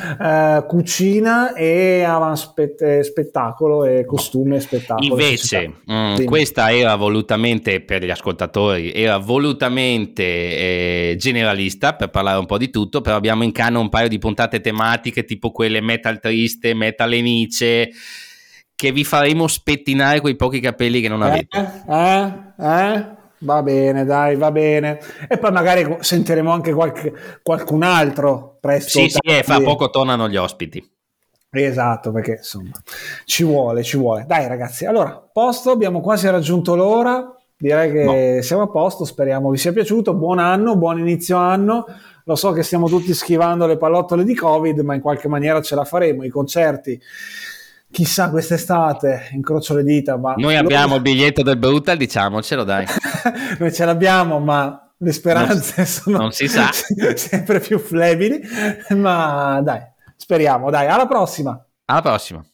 uh, cucina e avanspe- spettacolo e costume e spettacolo. Invece mh, questa era volutamente, per gli ascoltatori, era volutamente eh, generalista per parlare un po' di tutto, però abbiamo in canna un paio di puntate tematiche tipo quelle metal triste, metal lenice, che vi faremo spettinare quei pochi capelli che non avete. Eh, eh, eh, va bene, dai, va bene. E poi magari sentiremo anche qualche, qualcun altro presto. Sì, sì, e fra poco tornano gli ospiti. Esatto, perché insomma ci vuole, ci vuole. Dai ragazzi, allora, posto, abbiamo quasi raggiunto l'ora. Direi che no. siamo a posto, speriamo vi sia piaciuto. Buon anno, buon inizio anno. Lo so che stiamo tutti schivando le pallottole di Covid, ma in qualche maniera ce la faremo. I concerti, chissà quest'estate, incrocio le dita. Ma noi abbiamo lo... il biglietto del Brutal, diciamocelo, dai. Noi ce l'abbiamo, ma le speranze non, sono non si sa. sempre più flebili. Ma dai, speriamo. Dai, alla prossima. Alla prossima.